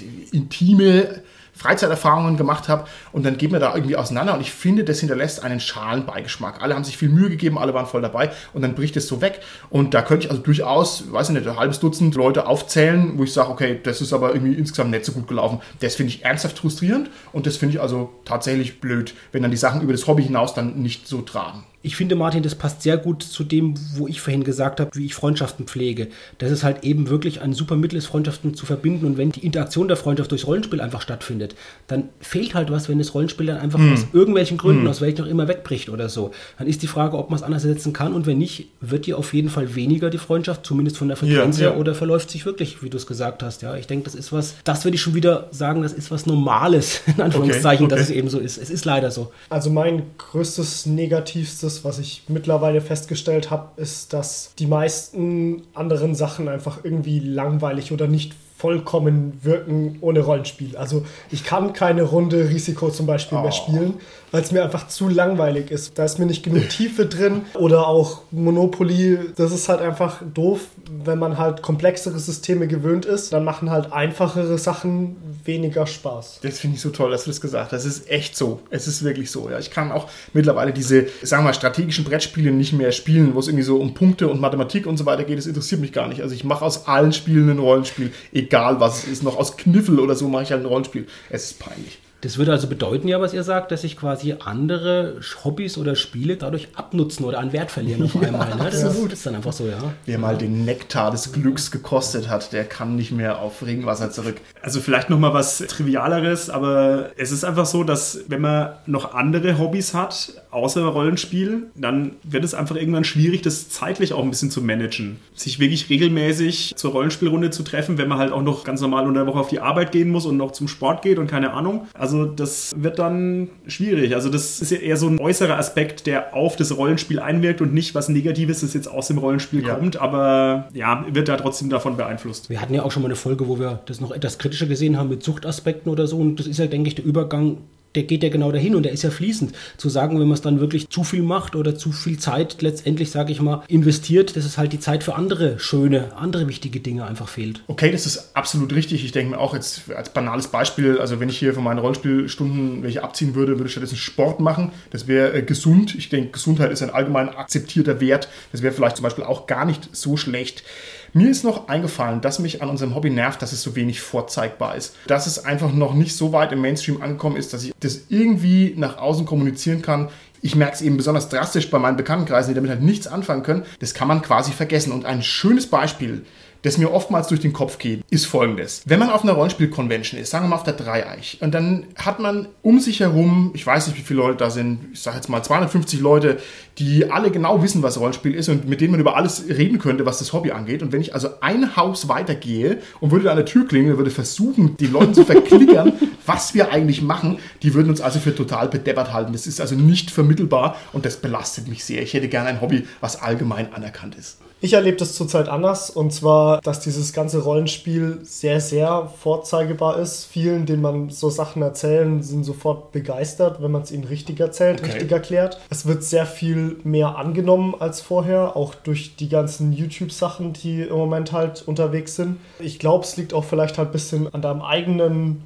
intime Freizeiterfahrungen gemacht habe. Und dann gehen wir da irgendwie auseinander. Und ich finde, das hinterlässt einen schalen Beigeschmack. Alle haben sich viel Mühe gegeben, alle waren voll dabei. Und dann bricht es so weg. Und da könnte ich also durchaus, weiß ich nicht, ein halbes Dutzend Leute aufzählen, wo ich sage, okay, das ist aber irgendwie insgesamt nicht so gut gelaufen. Das finde ich ernsthaft frustrierend. Und das finde ich also tatsächlich blöd, wenn dann die Sachen über das Hobby hinaus dann nicht so tragen. Ich finde, Martin, das passt sehr gut zu dem, wo ich vorhin gesagt habe, wie ich Freundschaften pflege. Dass es halt eben wirklich ein super Mittel ist, Freundschaften zu verbinden. Und wenn die Interaktion der Freundschaft durchs Rollenspiel einfach stattfindet, dann fehlt halt was, wenn das Rollenspiel dann einfach aus irgendwelchen Gründen, aus welchen auch immer, wegbricht oder so. Dann ist die Frage, ob man es anders ersetzen kann. Und wenn nicht, wird die auf jeden Fall weniger, die Freundschaft, zumindest von der Frequenz her, oder verläuft sich wirklich, wie du es gesagt hast. Ja, ich denke, das ist was, das würde ich schon wieder sagen, das ist was Normales, in Anführungszeichen, dass es eben so ist. Es ist leider so. Also mein größtes, negativstes, was ich mittlerweile festgestellt habe, ist, dass die meisten anderen Sachen einfach irgendwie langweilig oder nicht vollkommen wirken ohne Rollenspiel. Also ich kann keine Runde Risiko zum Beispiel mehr spielen, weil es mir einfach zu langweilig ist. Da ist mir nicht genug Tiefe drin. Oder auch Monopoly, das ist halt einfach doof, wenn man halt komplexere Systeme gewöhnt ist. Dann machen halt einfachere Sachen weniger Spaß. Das finde ich so toll, dass du das gesagt hast. Das ist echt so. Es ist wirklich so. Ja. Ich kann auch mittlerweile diese, sagen wir mal, strategischen Brettspiele nicht mehr spielen, wo es irgendwie so um Punkte und Mathematik und so weiter geht. Das interessiert mich gar nicht. Also ich mache aus allen Spielen ein Rollenspiel, egal was es ist. Noch aus Kniffel oder so mache ich halt ein Rollenspiel. Es ist peinlich. Das würde also bedeuten, ja, was ihr sagt, dass sich quasi andere Hobbys oder Spiele dadurch abnutzen oder an Wert verlieren auf einmal. Ne? Das ist dann einfach so, ja. Wer mal den Nektar des Glücks gekostet hat, der kann nicht mehr auf Regenwasser zurück. Also vielleicht nochmal was Trivialeres, aber es ist einfach so, dass wenn man noch andere Hobbys hat, außer Rollenspiel, dann wird es einfach irgendwann schwierig, das zeitlich auch ein bisschen zu managen. Sich wirklich regelmäßig zur Rollenspielrunde zu treffen, wenn man halt auch noch ganz normal unter der Woche auf die Arbeit gehen muss und noch zum Sport geht und keine Ahnung. Also das wird dann schwierig. Also das ist ja eher so ein äußerer Aspekt, der auf das Rollenspiel einwirkt und nicht was Negatives, das jetzt aus dem Rollenspiel kommt, aber ja, wird da trotzdem davon beeinflusst. Wir hatten ja auch schon mal eine Folge, wo wir das noch etwas kritischer gesehen haben mit Suchtaspekten oder so und das ist ja, denke ich, der Übergang, der geht ja genau dahin und der ist ja fließend. Zu sagen, wenn man es dann wirklich zu viel macht oder zu viel Zeit letztendlich, sage ich mal, investiert, dass es halt die Zeit für andere schöne, andere wichtige Dinge einfach fehlt. Okay, das ist absolut richtig. Ich denke mir auch jetzt als banales Beispiel, also wenn ich hier von meinen Rollenspielstunden welche abziehen würde, würde ich stattdessen Sport machen. Das wäre gesund. Ich denke, Gesundheit ist ein allgemein akzeptierter Wert. Das wäre vielleicht zum Beispiel auch gar nicht so schlecht. Mir ist noch eingefallen, dass mich an unserem Hobby nervt, dass es so wenig vorzeigbar ist. Dass es einfach noch nicht so weit im Mainstream angekommen ist, dass ich das irgendwie nach außen kommunizieren kann. Ich merke es eben besonders drastisch bei meinen Bekanntenkreisen, die damit halt nichts anfangen können. Das kann man quasi vergessen. Und ein schönes Beispiel, das mir oftmals durch den Kopf geht, ist folgendes. Wenn man auf einer Rollenspiel-Convention ist, sagen wir mal auf der Dreieich, und dann hat man um sich herum, ich weiß nicht, wie viele Leute da sind, ich sage jetzt mal 250 Leute, die alle genau wissen, was Rollenspiel ist und mit denen man über alles reden könnte, was das Hobby angeht. Und wenn ich also ein Haus weitergehe und würde da an der Tür klingeln, würde versuchen, die Leute zu verklickern, was wir eigentlich machen, die würden uns also für total bedeppert halten. Das ist also nicht vermittelbar und das belastet mich sehr. Ich hätte gerne ein Hobby, was allgemein anerkannt ist. Ich erlebe das zurzeit anders, und zwar, dass dieses ganze Rollenspiel sehr, sehr vorzeigebar ist. Vielen, denen man so Sachen erzählen, sind sofort begeistert, wenn man es ihnen richtig erzählt, richtig erklärt. Es wird sehr viel mehr angenommen als vorher, auch durch die ganzen YouTube-Sachen, die im Moment halt unterwegs sind. Ich glaube, es liegt auch vielleicht halt ein bisschen an deinem eigenen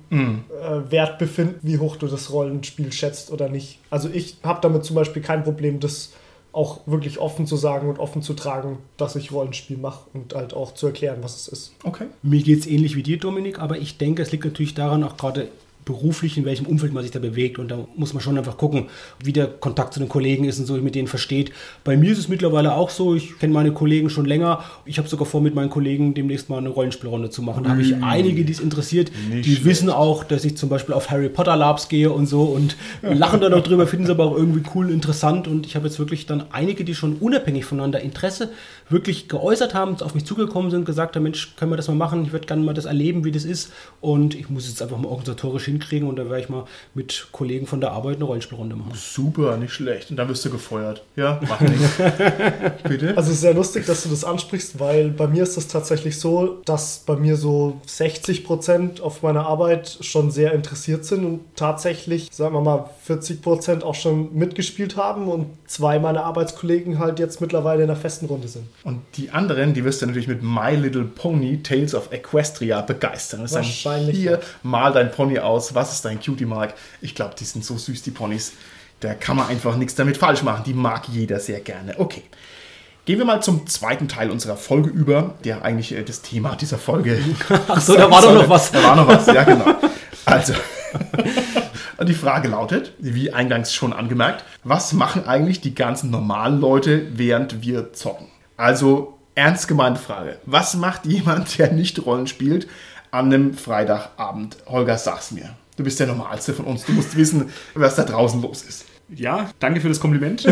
Wertbefinden, wie hoch du das Rollenspiel schätzt oder nicht. Also ich habe damit zum Beispiel kein Problem, das auch wirklich offen zu sagen und offen zu tragen, dass ich Rollenspiel mache und halt auch zu erklären, was es ist. Okay. Mir geht es ähnlich wie dir, Dominik, aber ich denke, es liegt natürlich daran, auch gerade beruflich, in welchem Umfeld man sich da bewegt. Und da muss man schon einfach gucken, wie der Kontakt zu den Kollegen ist und so, wie mit denen versteht. Bei mir ist es mittlerweile auch so, ich kenne meine Kollegen schon länger. Ich habe sogar vor, mit meinen Kollegen demnächst mal eine Rollenspielrunde zu machen. Da habe ich einige, die es interessiert. Nicht die schlecht. wissen auch, dass ich zum Beispiel auf Harry Potter Labs gehe und so und lachen dann auch drüber, finden es aber auch irgendwie cool, interessant. Und ich habe jetzt wirklich dann einige, die schon unabhängig voneinander Interesse wirklich geäußert haben, auf mich zugekommen sind, gesagt haben, Mensch, können wir das mal machen? Ich würde gerne mal das erleben, wie das ist. Und ich muss jetzt einfach mal organisatorisch hinkriegen und da werde ich mal mit Kollegen von der Arbeit eine Rollenspielrunde machen. Super, nicht schlecht. Und dann wirst du gefeuert. Ja, mach nichts. Bitte? Also es ist sehr lustig, dass du das ansprichst, weil bei mir ist es tatsächlich so, dass bei mir so 60% auf meiner Arbeit schon sehr interessiert sind und tatsächlich, sagen wir mal, 40% auch schon mitgespielt haben und 2 meiner Arbeitskollegen halt jetzt mittlerweile in der festen Runde sind. Und die anderen, die wirst du natürlich mit My Little Pony Tales of Equestria begeistern. Das ist Wahrscheinlich, hier, ja. mal dein Pony aus, was ist dein Cutie Mark? Ich glaube, die sind so süß, die Ponys. Da kann man einfach nichts damit falsch machen. Die mag jeder sehr gerne. Okay. Gehen wir mal zum zweiten Teil unserer Folge über, der eigentlich das Thema dieser Folge. Ach so, da war doch noch was. Da war noch was, ja genau. Also, und die Frage lautet, wie eingangs schon angemerkt, was machen eigentlich die ganzen normalen Leute, während wir zocken? Also, ernst gemeinte Frage. Was macht jemand, der nicht Rollen spielt, an einem Freitagabend? Holger, sag's mir. Du bist der Normalste von uns. Du musst wissen, was da draußen los ist. Ja, danke für das Kompliment.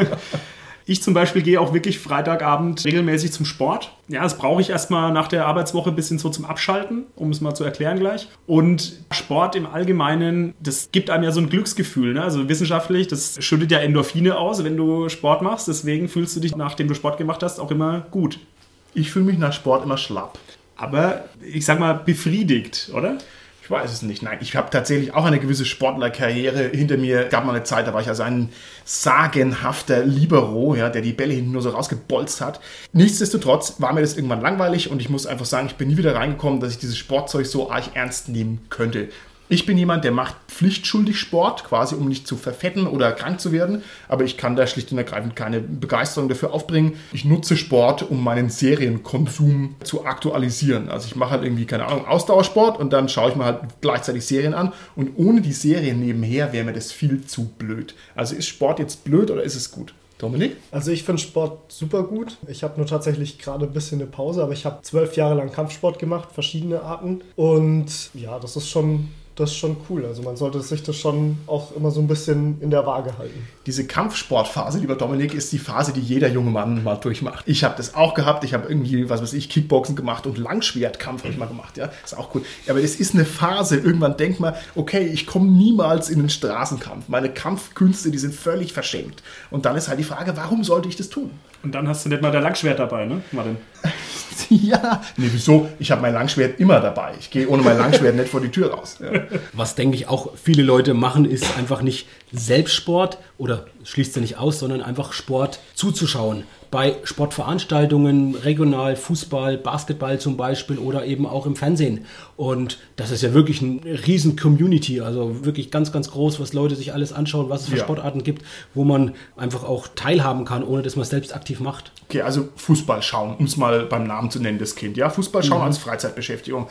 Ich zum Beispiel gehe auch wirklich Freitagabend regelmäßig zum Sport. Ja, das brauche ich erstmal nach der Arbeitswoche ein bisschen so zum Abschalten, um es mal zu erklären gleich. Und Sport im Allgemeinen, das gibt einem ja so ein Glücksgefühl. Ne? Also wissenschaftlich, das schüttet ja Endorphine aus, wenn du Sport machst. Deswegen fühlst du dich, nachdem du Sport gemacht hast, auch immer gut. Ich fühle mich nach Sport immer schlapp. Aber ich sag mal befriedigt, oder? Ich weiß es nicht. Nein, ich habe tatsächlich auch eine gewisse Sportlerkarriere hinter mir. Gab mal eine Zeit, da war ich also ein sagenhafter Libero, ja, der die Bälle hinten nur so rausgebolzt hat. Nichtsdestotrotz war mir das irgendwann langweilig und ich muss einfach sagen, ich bin nie wieder reingekommen, dass ich dieses Sportzeug so arg ernst nehmen könnte. Ich bin jemand, der macht pflichtschuldig Sport, quasi um nicht zu verfetten oder krank zu werden, aber ich kann da schlicht und ergreifend keine Begeisterung dafür aufbringen. Ich nutze Sport, um meinen Serienkonsum zu aktualisieren. Also ich mache halt irgendwie, keine Ahnung, Ausdauersport und dann schaue ich mir halt gleichzeitig Serien an und ohne die Serien nebenher wäre mir das viel zu blöd. Also ist Sport jetzt blöd oder ist es gut? Dominik? Also ich finde Sport super gut. Ich habe nur tatsächlich gerade ein bisschen eine Pause, aber ich habe 12 Jahre lang Kampfsport gemacht, verschiedene Arten. Und ja, das ist schon cool. Also man sollte sich das schon auch immer so ein bisschen in der Waage halten. Diese Kampfsportphase, lieber Dominik, ist die Phase, die jeder junge Mann mal durchmacht. Ich habe das auch gehabt. Ich habe irgendwie, was weiß ich, Kickboxen gemacht und Langschwertkampf habe ich mal gemacht. Ja, ist auch cool. Aber es ist eine Phase. Irgendwann denkt man, okay, ich komme niemals in den Straßenkampf. Meine Kampfkünste, die sind völlig verschenkt. Und dann ist halt die Frage, warum sollte ich das tun? Und dann hast du nicht mal der Langschwert dabei, ne, Martin? Ja. Nee, wieso? Ich habe mein Langschwert immer dabei. Ich gehe ohne mein Langschwert nicht vor die Tür raus. Ja. Was, denke ich, auch viele Leute machen, ist einfach nicht Selbstsport oder schließt ja nicht aus, sondern einfach Sport zuzuschauen. Bei Sportveranstaltungen, regional, Fußball, Basketball zum Beispiel oder eben auch im Fernsehen. Und das ist ja wirklich eine riesen Community, also wirklich ganz, ganz groß, was Leute sich alles anschauen, was es für Sportarten gibt, wo man einfach auch teilhaben kann, ohne dass man es selbst aktiv macht. Okay, also Fußball schauen, um es mal beim Namen zu nennen, das Kind. Ja, Fußball schauen als Freizeitbeschäftigung.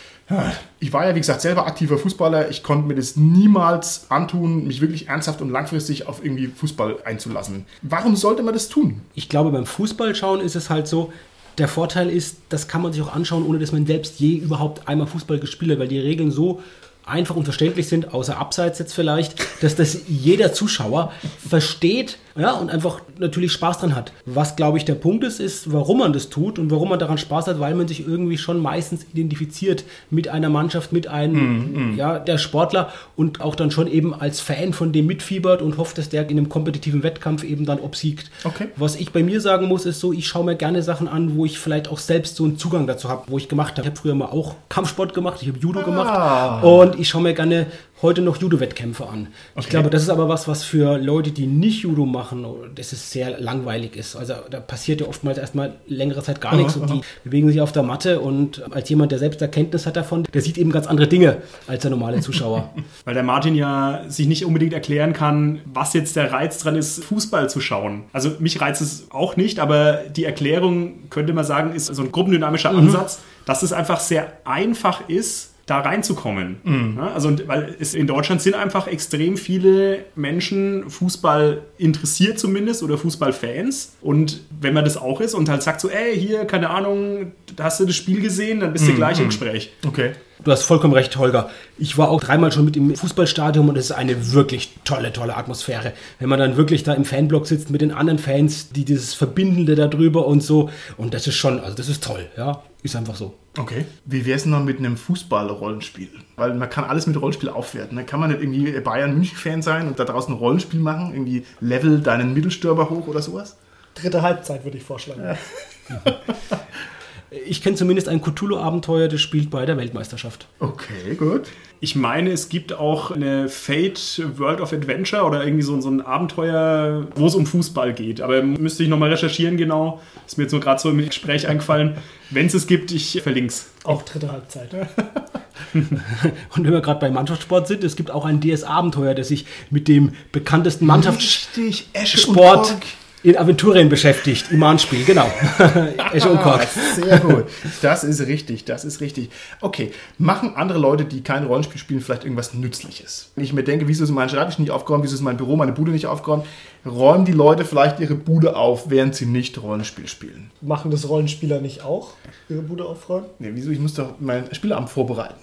Ich war ja, wie gesagt, selber aktiver Fußballer. Ich konnte mir das niemals antun, mich wirklich ernsthaft und langfristig auf irgendwie Fußball einzulassen. Warum sollte man das tun? Ich glaube, beim Fußballschauen ist es halt so, der Vorteil ist, das kann man sich auch anschauen, ohne dass man selbst je überhaupt einmal Fußball gespielt hat, weil die Regeln so einfach und verständlich sind, außer abseits jetzt vielleicht, dass das jeder Zuschauer versteht, ja, und einfach natürlich Spaß dran hat. Was, glaube ich, der Punkt ist, warum man das tut und warum man daran Spaß hat, weil man sich irgendwie schon meistens identifiziert mit einer Mannschaft, mit einem, der Sportler und auch dann schon eben als Fan von dem mitfiebert und hofft, dass der in einem kompetitiven Wettkampf eben dann obsiegt. Okay. Was ich bei mir sagen muss, ist so, ich schaue mir gerne Sachen an, wo ich vielleicht auch selbst so einen Zugang dazu habe, wo ich gemacht habe. Ich habe früher mal auch Kampfsport gemacht, ich habe Judo gemacht und ich schaue mir gerne heute noch Judo-Wettkämpfe an. Ich glaube, das ist aber was für Leute, die nicht Judo machen, das ist sehr langweilig ist. Also da passiert ja oftmals erstmal längere Zeit gar nichts und die bewegen sich auf der Matte und als jemand, der selbst Erkenntnis hat davon, der sieht eben ganz andere Dinge als der normale Zuschauer. Weil der Martin ja sich nicht unbedingt erklären kann, was jetzt der Reiz dran ist, Fußball zu schauen. Also mich reizt es auch nicht, aber die Erklärung, könnte man sagen, ist so ein gruppendynamischer Ansatz, dass es einfach sehr einfach ist, da reinzukommen. Ja, also, weil es in Deutschland sind einfach extrem viele Menschen Fußball interessiert zumindest oder Fußballfans. Und wenn man das auch ist und halt sagt so, ey, hier, keine Ahnung, hast du das Spiel gesehen, dann bist du gleich im Gespräch. Okay. Du hast vollkommen recht, Holger. Ich war auch 3-mal schon mit im Fußballstadion und es ist eine wirklich tolle Atmosphäre. Wenn man dann wirklich da im Fanblock sitzt mit den anderen Fans, die dieses Verbindende da drüber und so. Und das ist schon, also das ist toll, ja. Ist einfach so. Okay. Wie wäre es noch mit einem Fußball-Rollenspiel? Weil man kann alles mit Rollenspiel aufwerten. Da kann man nicht irgendwie Bayern-München-Fan sein und da draußen ein Rollenspiel machen, irgendwie Level deinen Mittelstürmer hoch oder sowas? 3. Halbzeit würde ich vorschlagen. Ja. Ich kenne zumindest ein Cthulhu-Abenteuer, das spielt bei der Weltmeisterschaft. Okay, gut. Ich meine, es gibt auch eine Fate World of Adventure oder irgendwie so ein Abenteuer, wo es um Fußball geht. Aber müsste ich nochmal recherchieren genau. Ist mir jetzt nur gerade so im Gespräch eingefallen. Wenn es gibt, ich verlinke es. Auch 3. Halbzeit. Und wenn wir gerade bei Mannschaftssport sind, es gibt auch ein DS-Abenteuer, das sich mit dem bekanntesten Mannschaftssport in Aventurien beschäftigt, im Mahnspiel, genau. Esche und Kork. Sehr gut. Das ist richtig. Okay, machen andere Leute, die kein Rollenspiel spielen, vielleicht irgendwas Nützliches? Wenn ich mir denke, wieso ist mein Schreibtisch nicht aufgeräumt, wieso ist mein Büro, meine Bude nicht aufgeräumt, räumen die Leute vielleicht ihre Bude auf, während sie nicht Rollenspiel spielen? Machen das Rollenspieler nicht auch, ihre Bude aufräumen? Nee, wieso? Ich muss doch mein Spieleabend vorbereiten.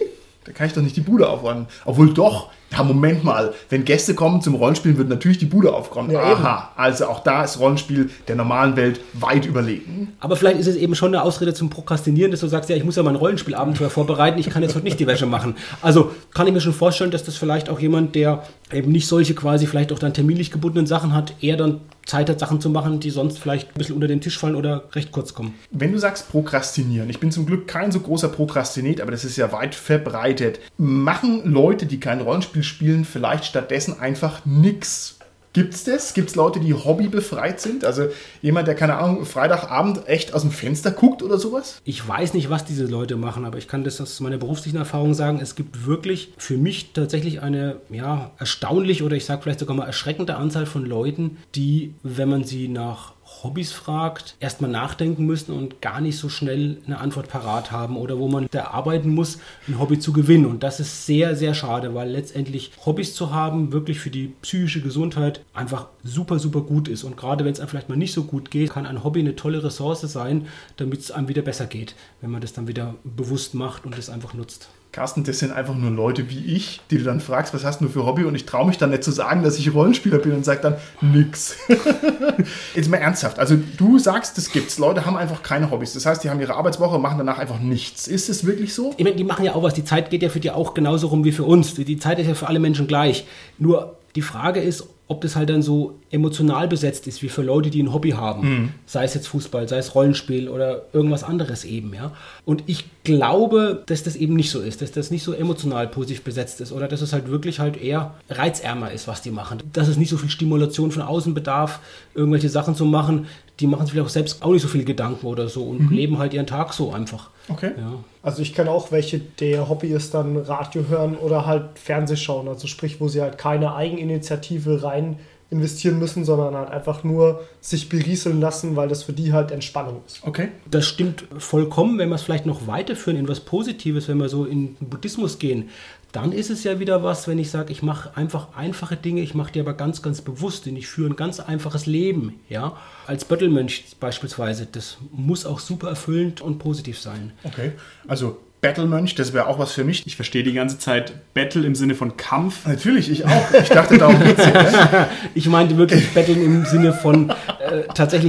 Da kann ich doch nicht die Bude aufräumen. Obwohl doch, ja, Moment mal, wenn Gäste kommen zum Rollenspielen, wird natürlich die Bude aufräumen. Ja, aha, also auch da ist Rollenspiel der normalen Welt weit überlegen. Aber vielleicht ist es eben schon eine Ausrede zum Prokrastinieren, dass du sagst, ja, ich muss ja mein Rollenspielabenteuer vorbereiten, ich kann jetzt heute nicht die Wäsche machen. Also kann ich mir schon vorstellen, dass das vielleicht auch jemand, der eben nicht solche quasi vielleicht auch dann terminlich gebundenen Sachen hat, eher dann Zeit hat, Sachen zu machen, die sonst vielleicht ein bisschen unter den Tisch fallen oder recht kurz kommen. Wenn du sagst Prokrastinieren, ich bin zum Glück kein so großer Prokrastinet, aber das ist ja weit verbreitet. Machen Leute, die kein Rollenspiel spielen, vielleicht stattdessen einfach nix? Gibt's das? Gibt's Leute, die hobbybefreit sind? Also jemand, der, keine Ahnung, Freitagabend echt aus dem Fenster guckt oder sowas? Ich weiß nicht, was diese Leute machen, aber ich kann das aus meiner beruflichen Erfahrung sagen. Es gibt wirklich für mich tatsächlich eine erstaunlich oder ich sage vielleicht sogar mal erschreckende Anzahl von Leuten, die, wenn man sie nach Hobbys fragt, erstmal nachdenken müssen und gar nicht so schnell eine Antwort parat haben oder wo man da arbeiten muss, ein Hobby zu gewinnen. Und das ist sehr, sehr schade, weil letztendlich Hobbys zu haben, wirklich für die psychische Gesundheit einfach super, super gut ist. Und gerade wenn es einem vielleicht mal nicht so gut geht, kann ein Hobby eine tolle Ressource sein, damit es einem wieder besser geht, wenn man das dann wieder bewusst macht und es einfach nutzt. Carsten, das sind einfach nur Leute wie ich, die du dann fragst, was hast du für Hobby? Und ich traue mich dann nicht zu sagen, dass ich Rollenspieler bin und sage dann nix. Jetzt mal ernsthaft. Also du sagst, das gibt's. Leute haben einfach keine Hobbys. Das heißt, die haben ihre Arbeitswoche und machen danach einfach nichts. Ist es wirklich so? Ich meine, die machen ja auch was. Die Zeit geht ja für die auch genauso rum wie für uns. Die Zeit ist ja für alle Menschen gleich. Nur die Frage ist, ob das halt dann so emotional besetzt ist, wie für Leute, die ein Hobby haben. Sei es jetzt Fußball, sei es Rollenspiel oder irgendwas anderes eben, ja. Und ich glaube, dass das eben nicht so ist, dass das nicht so emotional positiv besetzt ist oder dass es halt wirklich halt eher reizärmer ist, was die machen. Dass es nicht so viel Stimulation von außen bedarf, irgendwelche Sachen zu machen. Die machen sich vielleicht auch selbst auch nicht so viele Gedanken oder so und leben halt ihren Tag so einfach. Okay. Ja. Also ich kenne auch welche, der Hobby ist dann Radio hören oder halt Fernseh schauen. Also sprich, wo sie halt keine Eigeninitiative rein investieren müssen, sondern halt einfach nur sich berieseln lassen, weil das für die halt Entspannung ist. Okay. Das stimmt vollkommen, wenn wir es vielleicht noch weiterführen in was Positives, wenn wir so in den Buddhismus gehen, dann ist es ja wieder was, wenn ich sage, ich mache einfach einfache Dinge, ich mache die aber ganz, ganz bewusst und ich führe ein ganz einfaches Leben, ja. Als Bettelmönch beispielsweise, das muss auch super erfüllend und positiv sein. Okay, also Battlemönch, das wäre auch was für mich. Ich verstehe die ganze Zeit Battle im Sinne von Kampf. Natürlich, ich auch. Ich dachte, darum geht's hier. Ne? Ich meinte wirklich Betteln im Sinne von tatsächlich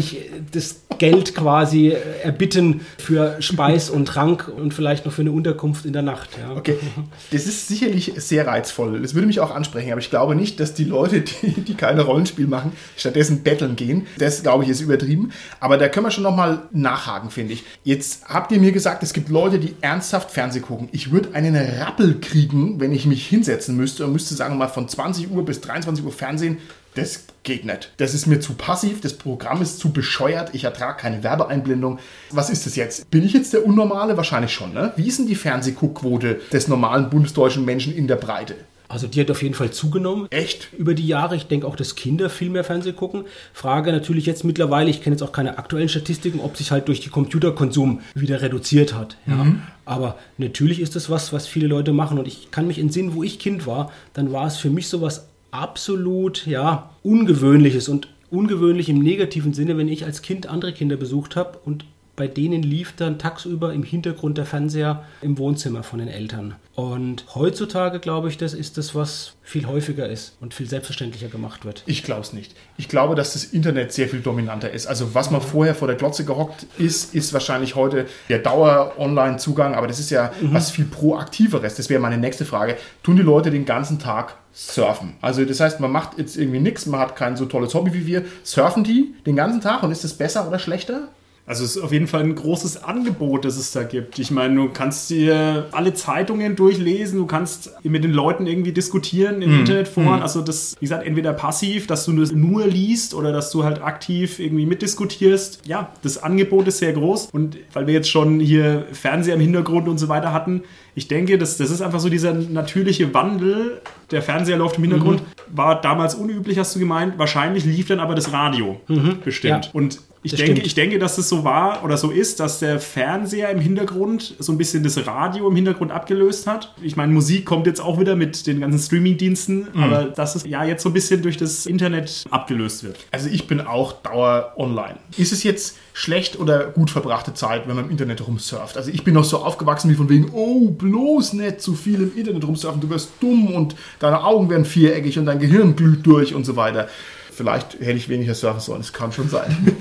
das Geld quasi erbitten für Speis und Trank und vielleicht noch für eine Unterkunft in der Nacht. Ja. Okay, das ist sicherlich sehr reizvoll. Das würde mich auch ansprechen, aber ich glaube nicht, dass die Leute, die keine Rollenspiel machen, stattdessen betteln gehen. Das, glaube ich, ist übertrieben. Aber da können wir schon nochmal nachhaken, finde ich. Jetzt habt ihr mir gesagt, es gibt Leute, die ernsthaft Fernsehen gucken. Ich würde einen Rappel kriegen, wenn ich mich hinsetzen müsste und müsste, sagen wir mal, von 20 Uhr bis 23 Uhr Fernsehen. Das geht nicht. Das ist mir zu passiv, das Programm ist zu bescheuert, ich ertrage keine Werbeeinblendung. Was ist das jetzt? Bin ich jetzt der Unnormale? Wahrscheinlich schon, ne? Wie ist denn die Fernsehguckquote des normalen bundesdeutschen Menschen in der Breite? Also die hat auf jeden Fall zugenommen. Echt? Über die Jahre. Ich denke auch, dass Kinder viel mehr Fernsehen gucken. Frage natürlich jetzt mittlerweile, ich kenne jetzt auch keine aktuellen Statistiken, ob sich halt durch die Computerkonsum wieder reduziert hat. Ja. Aber natürlich ist das was viele Leute machen. Und ich kann mich entsinnen, wo ich Kind war, dann war es für mich sowas absolut, ja, Ungewöhnliches und ungewöhnlich im negativen Sinne, wenn ich als Kind andere Kinder besucht habe und bei denen lief dann tagsüber im Hintergrund der Fernseher im Wohnzimmer von den Eltern. Und heutzutage glaube ich, das ist das, was viel häufiger ist und viel selbstverständlicher gemacht wird. Ich glaube es nicht. Ich glaube, dass das Internet sehr viel dominanter ist. Also was man vorher vor der Glotze gehockt ist wahrscheinlich heute der Dauer-Online-Zugang, aber das ist ja was viel Proaktiveres. Das wäre meine nächste Frage. Tun die Leute den ganzen Tag surfen? Also das heißt, man macht jetzt irgendwie nichts, man hat kein so tolles Hobby wie wir. Surfen die den ganzen Tag und ist das besser oder schlechter? Also es ist auf jeden Fall ein großes Angebot, das es da gibt. Ich meine, du kannst dir alle Zeitungen durchlesen, du kannst mit den Leuten irgendwie diskutieren im Internetforen. Also das, wie gesagt, entweder passiv, dass du das nur liest oder dass du halt aktiv irgendwie mitdiskutierst. Ja, das Angebot ist sehr groß. Und weil wir jetzt schon hier Fernseher im Hintergrund und so weiter hatten, ich denke, das ist einfach so dieser natürliche Wandel. Der Fernseher läuft im Hintergrund. War damals unüblich, hast du gemeint. Wahrscheinlich lief dann aber das Radio bestimmt. Ja. Und ich denke, dass es so war oder so ist, dass der Fernseher im Hintergrund so ein bisschen das Radio im Hintergrund abgelöst hat. Ich meine, Musik kommt jetzt auch wieder mit den ganzen Streaming-Diensten, aber dass es ja jetzt so ein bisschen durch das Internet abgelöst wird. Also ich bin auch Dauer online. Ist es jetzt schlecht oder gut verbrachte Zeit, wenn man im Internet rumsurft? Also ich bin noch so aufgewachsen wie von wegen, oh, bloß nicht zu viel im Internet rumsurfen, du wirst dumm und deine Augen werden viereckig und dein Gehirn glüht durch und so weiter. Vielleicht hätte ich weniger surfen sollen, das kann schon sein.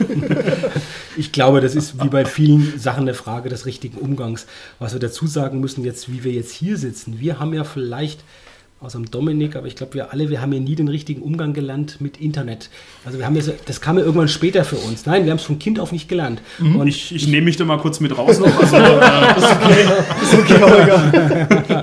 Ich glaube, das ist wie bei vielen Sachen eine Frage des richtigen Umgangs. Was wir dazu sagen müssen, jetzt, wie wir jetzt hier sitzen, wir haben ja vielleicht, außer dem Dominik, aber ich glaube, wir haben ja nie den richtigen Umgang gelernt mit Internet. Also wir haben ja so, das kam ja irgendwann später für uns. Nein, wir haben es von Kind auf nicht gelernt. Und ich nehme mich da mal kurz mit raus noch. Also, ist okay, Holger.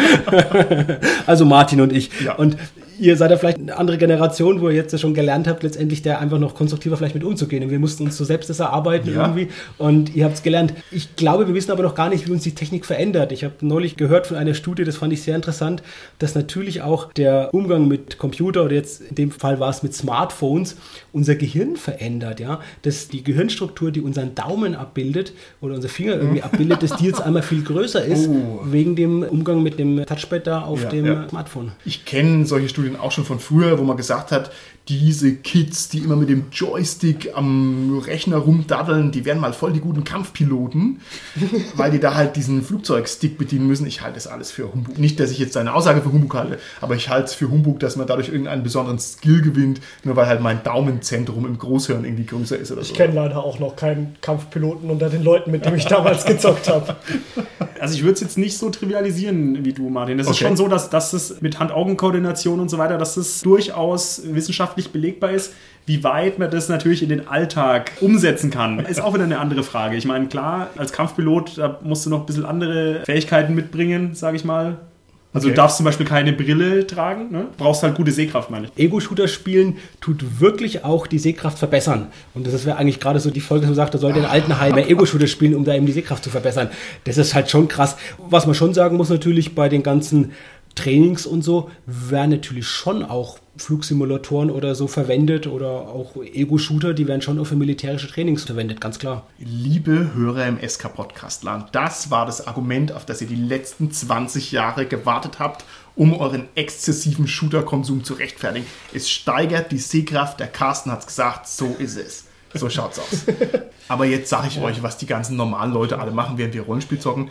Also Martin und ich. Ja. Und ihr seid ja vielleicht eine andere Generation, wo ihr jetzt schon gelernt habt, letztendlich da einfach noch konstruktiver vielleicht mit umzugehen. Und wir mussten uns so selbst das erarbeiten irgendwie. Und ihr habt es gelernt. Ich glaube, wir wissen aber noch gar nicht, wie uns die Technik verändert. Ich habe neulich gehört von einer Studie, das fand ich sehr interessant, dass natürlich auch der Umgang mit Computer oder jetzt in dem Fall war es mit Smartphones, unser Gehirn verändert. Ja? Dass die Gehirnstruktur, die unseren Daumen abbildet oder unser Finger irgendwie abbildet, dass die jetzt einmal viel größer ist, wegen dem Umgang mit dem Touchpad da auf dem Smartphone. Ich kenne solche Studien auch schon von früher, wo man gesagt hat, diese Kids, die immer mit dem Joystick am Rechner rumdaddeln, die werden mal voll die guten Kampfpiloten, weil die da halt diesen Flugzeugstick bedienen müssen. Ich halte das alles für Humbug. Nicht, dass ich jetzt eine Aussage für Humbug halte, aber ich halte es für Humbug, dass man dadurch irgendeinen besonderen Skill gewinnt, nur weil halt mein Daumenzentrum im Großhirn irgendwie größer ist oder so. Ich kenne leider auch noch keinen Kampfpiloten unter den Leuten, mit denen ich damals gezockt habe. Also ich würde es jetzt nicht so trivialisieren wie du, Martin. Das ist schon so, dass es mit Hand-Augen-Koordination und so weiter, dass es durchaus wissenschaftlich belegbar ist. Wie weit man das natürlich in den Alltag umsetzen kann, ist auch wieder eine andere Frage. Ich meine, klar, als Kampfpilot, da musst du noch ein bisschen andere Fähigkeiten mitbringen, sage ich mal. Also du darfst zum Beispiel keine Brille tragen, ne? Brauchst halt gute Sehkraft, meine ich. Ego-Shooter spielen tut wirklich auch die Sehkraft verbessern. Und das wäre eigentlich gerade so die Folge, dass man sagt, da sollte in Altenheim mehr Ego-Shooter spielen, um da eben die Sehkraft zu verbessern. Das ist halt schon krass. Was man schon sagen muss natürlich bei den ganzen Trainings und so, werden natürlich schon auch Flugsimulatoren oder so verwendet oder auch Ego-Shooter, die werden schon auch für militärische Trainings verwendet, ganz klar. Liebe Hörer im SK-Podcast-Land, das war das Argument, auf das ihr die letzten 20 Jahre gewartet habt, um euren exzessiven Shooter-Konsum zu rechtfertigen. Es steigert die Sehkraft, der Carsten hat es gesagt, so ist es. So schaut's aus. Aber jetzt sage ich euch, was die ganzen normalen Leute alle machen, während wir Rollenspiel zocken.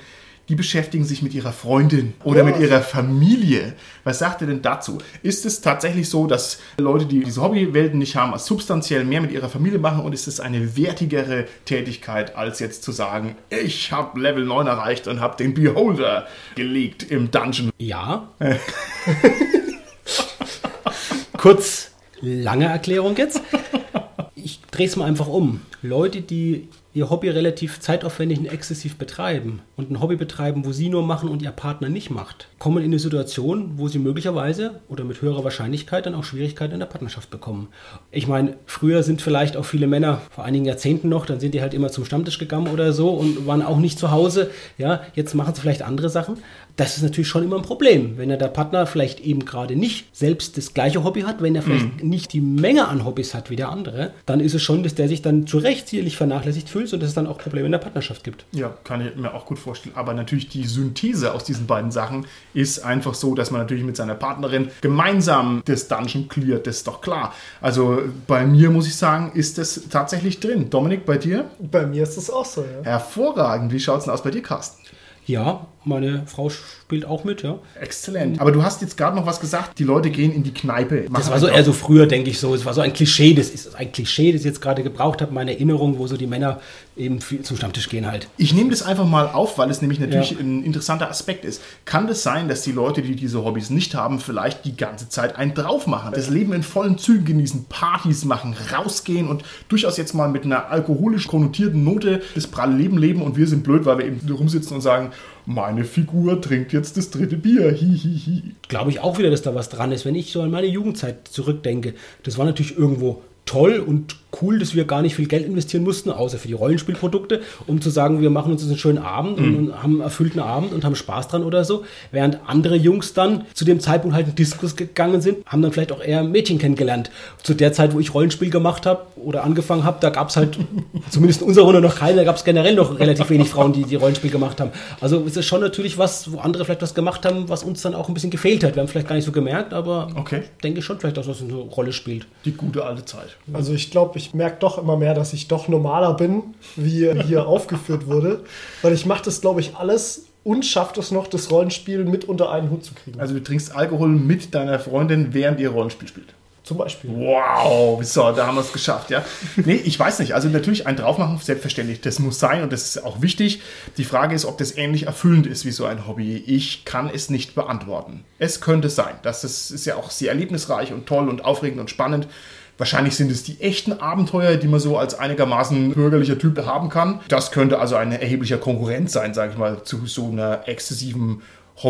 die beschäftigen sich mit ihrer Freundin oder mit ihrer Familie. Was sagt ihr denn dazu? Ist es tatsächlich so, dass Leute, die diese Hobbywelten nicht haben, substanziell mehr mit ihrer Familie machen und ist es eine wertigere Tätigkeit, als jetzt zu sagen, ich habe Level 9 erreicht und habe den Beholder gelegt im Dungeon? Ja. Kurz, lange Erklärung jetzt. Ich drehe es mal einfach um. Leute, die ihr Hobby relativ zeitaufwendig und exzessiv betreiben und ein Hobby betreiben, wo sie nur machen und ihr Partner nicht macht, kommen in eine Situation, wo sie möglicherweise oder mit höherer Wahrscheinlichkeit dann auch Schwierigkeiten in der Partnerschaft bekommen. Ich meine, früher sind vielleicht auch viele Männer, vor einigen Jahrzehnten noch, dann sind die halt immer zum Stammtisch gegangen oder so und waren auch nicht zu Hause. Ja, jetzt machen sie vielleicht andere Sachen. Das ist natürlich schon immer ein Problem, wenn der Partner vielleicht eben gerade nicht selbst das gleiche Hobby hat, wenn er vielleicht nicht die Menge an Hobbys hat wie der andere, dann ist es schon, dass der sich dann zu Recht sicherlich vernachlässigt fühlt und dass es dann auch Probleme in der Partnerschaft gibt. Ja, kann ich mir auch gut vorstellen. Aber natürlich die Synthese aus diesen beiden Sachen ist einfach so, dass man natürlich mit seiner Partnerin gemeinsam das Dungeon cleart. Das ist doch klar. Also bei mir, muss ich sagen, ist das tatsächlich drin. Dominik, bei dir? Bei mir ist das auch so, ja. Hervorragend. Wie schaut es denn aus bei dir, Carsten? Ja, meine Frau spielt auch mit, ja. Exzellent. Aber du hast jetzt gerade noch was gesagt, die Leute gehen in die Kneipe. Das war so eher so früher, denke ich so. Es war so ein Klischee, das ist ein Klischee, das ich jetzt gerade gebraucht habe, meine Erinnerung, wo so die Männer eben zum Stammtisch gehen halt. Ich nehme das einfach mal auf, weil es nämlich natürlich ein interessanter Aspekt ist. Kann das sein, dass die Leute, die diese Hobbys nicht haben, vielleicht die ganze Zeit einen drauf machen? Das Leben in vollen Zügen genießen, Partys machen, rausgehen und durchaus jetzt mal mit einer alkoholisch konnotierten Note das pralle Leben leben und wir sind blöd, weil wir eben rumsitzen und sagen, meine Figur trinkt jetzt das 3. Bier. Hihihi. Glaube ich auch wieder, dass da was dran ist. Wenn ich so an meine Jugendzeit zurückdenke, das war natürlich irgendwo toll und cool, dass wir gar nicht viel Geld investieren mussten, außer für die Rollenspielprodukte, um zu sagen, wir machen uns einen schönen Abend und haben einen erfüllten Abend und haben Spaß dran oder so. Während andere Jungs dann zu dem Zeitpunkt halt in Diskus gegangen sind, haben dann vielleicht auch eher Mädchen kennengelernt. Zu der Zeit, wo ich Rollenspiel gemacht habe oder angefangen habe, da gab es halt, zumindest in unserer Runde noch keine, da gab es generell noch relativ wenig Frauen, die Rollenspiel gemacht haben. Also es ist schon natürlich was, wo andere vielleicht was gemacht haben, was uns dann auch ein bisschen gefehlt hat. Wir haben vielleicht gar nicht so gemerkt, aber denke ich schon vielleicht, dass das eine Rolle spielt. Die gute alte Zeit. Also ich glaube, ich merke doch immer mehr, dass ich doch normaler bin, wie hier aufgeführt wurde. Weil ich mache das, glaube ich, alles und schaffe es noch, das Rollenspiel mit unter einen Hut zu kriegen. Also du trinkst Alkohol mit deiner Freundin, während ihr Rollenspiel spielt. Zum Beispiel. Wow, so, da haben wir es geschafft, ja. Nee, ich weiß nicht. Also natürlich ein Draufmachen, selbstverständlich, das muss sein und das ist auch wichtig. Die Frage ist, ob das ähnlich erfüllend ist wie so ein Hobby. Ich kann es nicht beantworten. Es könnte sein. Das ist ja auch sehr erlebnisreich und toll und aufregend und spannend. Wahrscheinlich sind es die echten Abenteuer, die man so als einigermaßen bürgerlicher Typ haben kann. Das könnte also ein erheblicher Konkurrent sein, sage ich mal, zu so einer exzessiven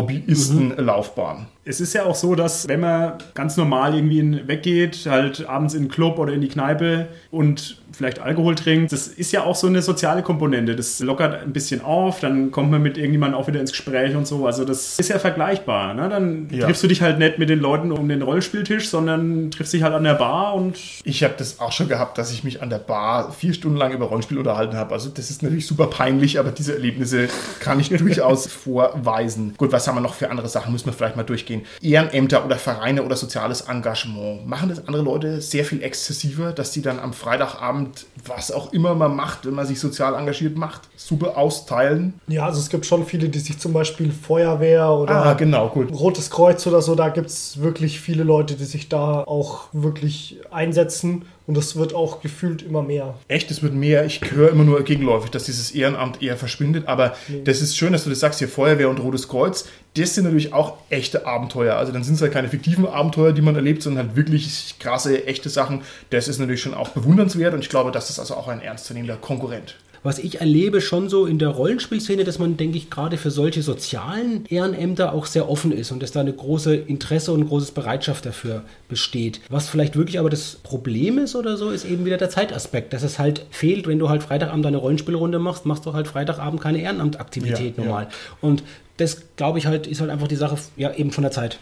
Hobbyistenlaufbahn. Es ist ja auch so, dass wenn man ganz normal irgendwie weggeht, halt abends in den Club oder in die Kneipe und vielleicht Alkohol trinkt, das ist ja auch so eine soziale Komponente. Das lockert ein bisschen auf, dann kommt man mit irgendjemandem auch wieder ins Gespräch und so. Also das ist ja vergleichbar. Ne? Dann triffst du dich halt nicht mit den Leuten um den Rollspieltisch, sondern triffst dich halt an der Bar und... Ich habe das auch schon gehabt, dass ich mich an der Bar 4 Stunden lang über Rollenspiel unterhalten habe. Also das ist natürlich super peinlich, aber diese Erlebnisse kann ich durchaus vorweisen. Gut, was haben wir noch für andere Sachen? Müssen wir vielleicht mal durchgehen. Ehrenämter oder Vereine oder soziales Engagement. Machen das andere Leute sehr viel exzessiver, dass die dann am Freitagabend, was auch immer man macht, wenn man sich sozial engagiert macht, super austeilen? Ja, also es gibt schon viele, die sich zum Beispiel Feuerwehr oder Rotes Kreuz oder so, da gibt es wirklich viele Leute, die sich da auch wirklich einsetzen. Und das wird auch gefühlt immer mehr. Echt, es wird mehr. Ich höre immer nur gegenläufig, dass dieses Ehrenamt eher verschwindet. Aber das ist schön, dass du das sagst, hier Feuerwehr und Rotes Kreuz. Das sind natürlich auch echte Abenteuer. Also dann sind es halt keine fiktiven Abenteuer, die man erlebt, sondern halt wirklich krasse, echte Sachen. Das ist natürlich schon auch bewundernswert. Und ich glaube, das ist also auch ein ernstzunehmender Konkurrent. Was ich erlebe schon so in der Rollenspielszene, dass man, denke ich, gerade für solche sozialen Ehrenämter auch sehr offen ist und dass da eine große Interesse und eine große Bereitschaft dafür besteht. Was vielleicht wirklich aber das Problem ist oder so, ist eben wieder der Zeitaspekt, dass es halt fehlt, wenn du halt Freitagabend eine Rollenspielrunde machst du halt Freitagabend keine Ehrenamtaktivität normal. Und das, glaube ich, halt ist halt einfach die Sache, ja, eben von der Zeit.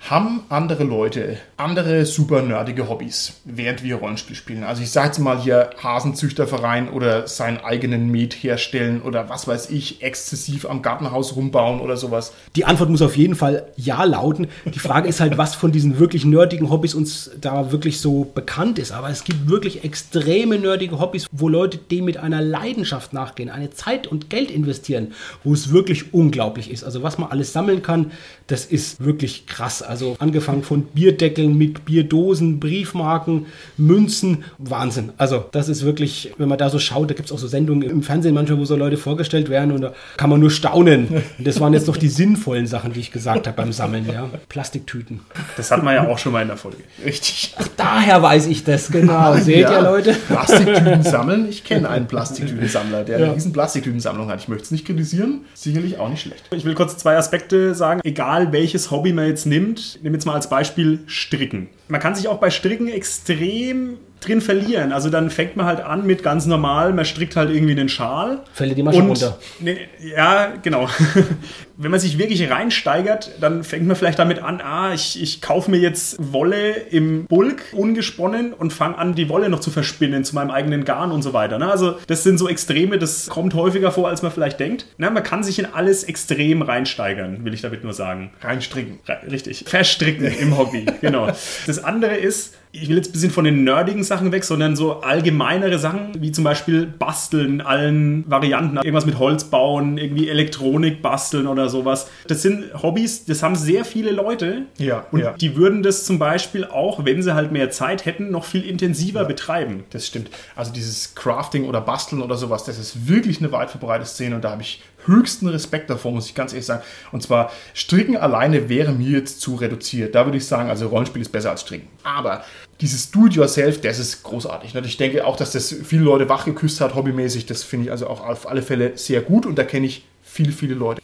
Haben andere Leute andere super nerdige Hobbys, während wir Rollenspiel spielen? Also ich sage jetzt mal hier Hasenzüchterverein oder seinen eigenen Met herstellen oder was weiß ich, exzessiv am Gartenhaus rumbauen oder sowas. Die Antwort muss auf jeden Fall ja lauten. Die Frage ist halt, was von diesen wirklich nerdigen Hobbys uns da wirklich so bekannt ist. Aber es gibt wirklich extreme nerdige Hobbys, wo Leute dem mit einer Leidenschaft nachgehen, eine Zeit und Geld investieren, wo es wirklich unglaublich ist. Also was man alles sammeln kann, das ist wirklich krass. Also angefangen von Bierdeckeln mit Bierdosen, Briefmarken, Münzen, Wahnsinn. Also das ist wirklich, wenn man da so schaut, da gibt es auch so Sendungen im Fernsehen manchmal, wo so Leute vorgestellt werden und da kann man nur staunen. Und das waren jetzt noch die sinnvollen Sachen, die ich gesagt habe beim Sammeln, ja. Plastiktüten. Das hat man ja auch schon mal in der Folge. Richtig. Ach, daher weiß ich das, genau. Seht ihr, Leute? Plastiktüten sammeln. Ich kenne einen Plastiktütensammler, der eine riesen Plastiktütensammlung hat. Ich möchte es nicht kritisieren, sicherlich auch nicht schlecht. Ich will kurz 2 Aspekte sagen. Egal welches Hobby man jetzt nimmt, nehmen wir jetzt mal als Beispiel Stricken. Man kann sich auch bei Stricken extrem drin verlieren. Also dann fängt man halt an mit ganz normal, man strickt halt irgendwie einen Schal. Fällt die Masche runter. Ne, ja, genau. Wenn man sich wirklich reinsteigert, dann fängt man vielleicht damit an, ich kaufe mir jetzt Wolle im Bulk, ungesponnen und fange an, die Wolle noch zu verspinnen zu meinem eigenen Garn und so weiter. Also das sind so Extreme, das kommt häufiger vor, als man vielleicht denkt. Man kann sich in alles extrem reinsteigern, will ich damit nur sagen. Reinstricken. Richtig. Verstricken im Hobby, genau. Das andere ist, ich will jetzt ein bisschen von den nerdigen Sachen weg, sondern so allgemeinere Sachen, wie zum Beispiel Basteln in allen Varianten. Irgendwas mit Holz bauen, irgendwie Elektronik basteln oder sowas. Das sind Hobbys, das haben sehr viele Leute. Ja, und ja. die würden das zum Beispiel auch, wenn sie halt mehr Zeit hätten, noch viel intensiver betreiben. Das stimmt. Also dieses Crafting oder Basteln oder sowas, das ist wirklich eine weit verbreitete Szene und da habe ich höchsten Respekt davor, muss ich ganz ehrlich sagen. Und zwar, Stricken alleine wäre mir jetzt zu reduziert. Da würde ich sagen, also Rollenspiel ist besser als Stricken. Aber dieses Do-it-yourself, das ist großartig. Ich denke auch, dass das viele Leute wachgeküsst hat, hobbymäßig. Das finde ich also auch auf alle Fälle sehr gut und da kenne ich viele, viele Leute.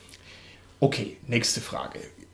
Okay, nächste Frage.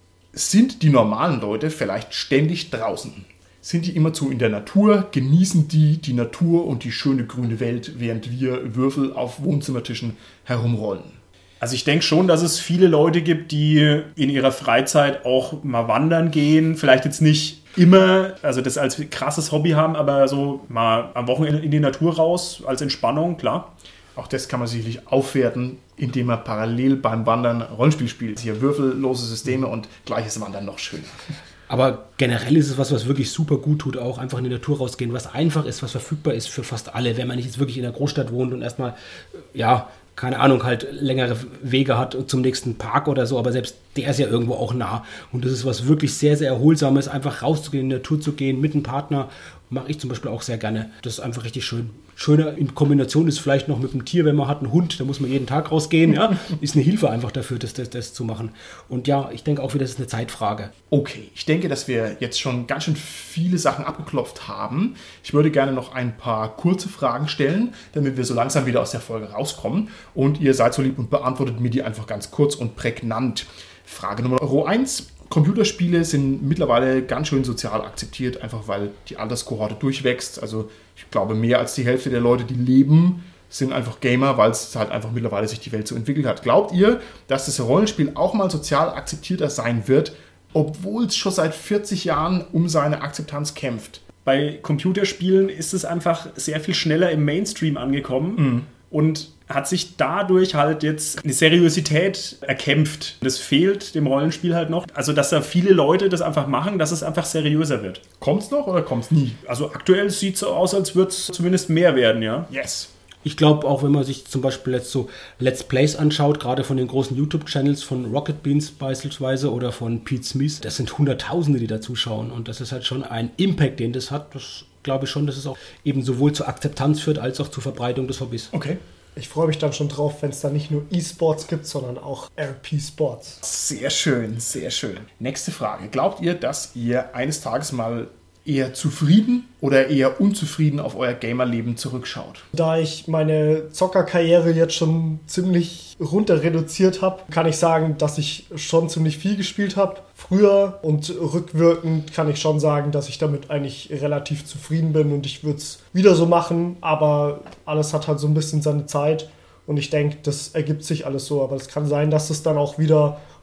Sind die normalen Leute vielleicht ständig draußen? Sind die immerzu in der Natur? Genießen die Natur und die schöne grüne Welt, während wir Würfel auf Wohnzimmertischen herumrollen? Also ich denke schon, dass es viele Leute gibt, die in ihrer Freizeit auch mal wandern gehen. Vielleicht jetzt nicht immer, also das als krasses Hobby haben, aber so mal am Wochenende in die Natur raus, als Entspannung, klar. Auch das kann man sicherlich aufwerten, indem man parallel beim Wandern Rollenspiel spielt. Hier würfellose Systeme und gleiches Wandern noch schöner. Aber generell ist es was wirklich super gut tut, auch einfach in die Natur rausgehen, was einfach ist, was verfügbar ist für fast alle, wenn man nicht jetzt wirklich in der Großstadt wohnt und erstmal, ja, keine Ahnung, halt längere Wege hat zum nächsten Park oder so, aber selbst der ist ja irgendwo auch nah. Und das ist was wirklich sehr, sehr Erholsames, einfach rauszugehen, in die Natur zu gehen, mit einem Partner, mache ich zum Beispiel auch sehr gerne. Das ist einfach richtig schön. Schöner in Kombination ist vielleicht noch mit dem Tier, wenn man hat einen Hund, da muss man jeden Tag rausgehen, ja, ist eine Hilfe einfach dafür, das zu machen. Und ja, ich denke auch wieder, das ist eine Zeitfrage. Okay, ich denke, dass wir jetzt schon ganz schön viele Sachen abgeklopft haben. Ich würde gerne noch ein paar kurze Fragen stellen, damit wir so langsam wieder aus der Folge rauskommen. Und ihr seid so lieb und beantwortet mir die einfach ganz kurz und prägnant. Frage Nummer 1. Computerspiele sind mittlerweile ganz schön sozial akzeptiert, einfach weil die Alterskohorte durchwächst. Also ich glaube, mehr als die Hälfte der Leute, die leben, sind einfach Gamer, weil es halt einfach mittlerweile sich die Welt so entwickelt hat. Glaubt ihr, dass das Rollenspiel auch mal sozial akzeptierter sein wird, obwohl es schon seit 40 Jahren um seine Akzeptanz kämpft? Bei Computerspielen ist es einfach sehr viel schneller im Mainstream angekommen und hat sich dadurch halt jetzt eine Seriosität erkämpft. Das fehlt dem Rollenspiel halt noch. Also, dass da viele Leute das einfach machen, dass es einfach seriöser wird. Kommt's noch oder kommt's nie? Also aktuell sieht es so aus, als würde es zumindest mehr werden, ja. Yes. Ich glaube auch, wenn man sich zum Beispiel jetzt so Let's Plays anschaut, gerade von den großen YouTube-Channels von Rocket Beans beispielsweise oder von Pete Smith, das sind Hunderttausende, die da zuschauen und das ist halt schon ein Impact, den das hat. Das glaube ich schon, dass es auch eben sowohl zur Akzeptanz führt, als auch zur Verbreitung des Hobbys. Okay. Ich freue mich dann schon drauf, wenn es da nicht nur E-Sports gibt, sondern auch RP-Sports. Sehr schön, sehr schön. Nächste Frage. Glaubt ihr, dass ihr eines Tages mal eher zufrieden oder eher unzufrieden auf euer Gamerleben zurückschaut? Da ich meine Zockerkarriere jetzt schon ziemlich runter reduziert habe, kann ich sagen, dass ich schon ziemlich viel gespielt habe früher und rückwirkend kann ich schon sagen, dass ich damit eigentlich relativ zufrieden bin und ich würde es wieder so machen, aber alles hat halt so ein bisschen seine Zeit und ich denke, das ergibt sich alles so, aber es kann sein, dass es dann auch wieder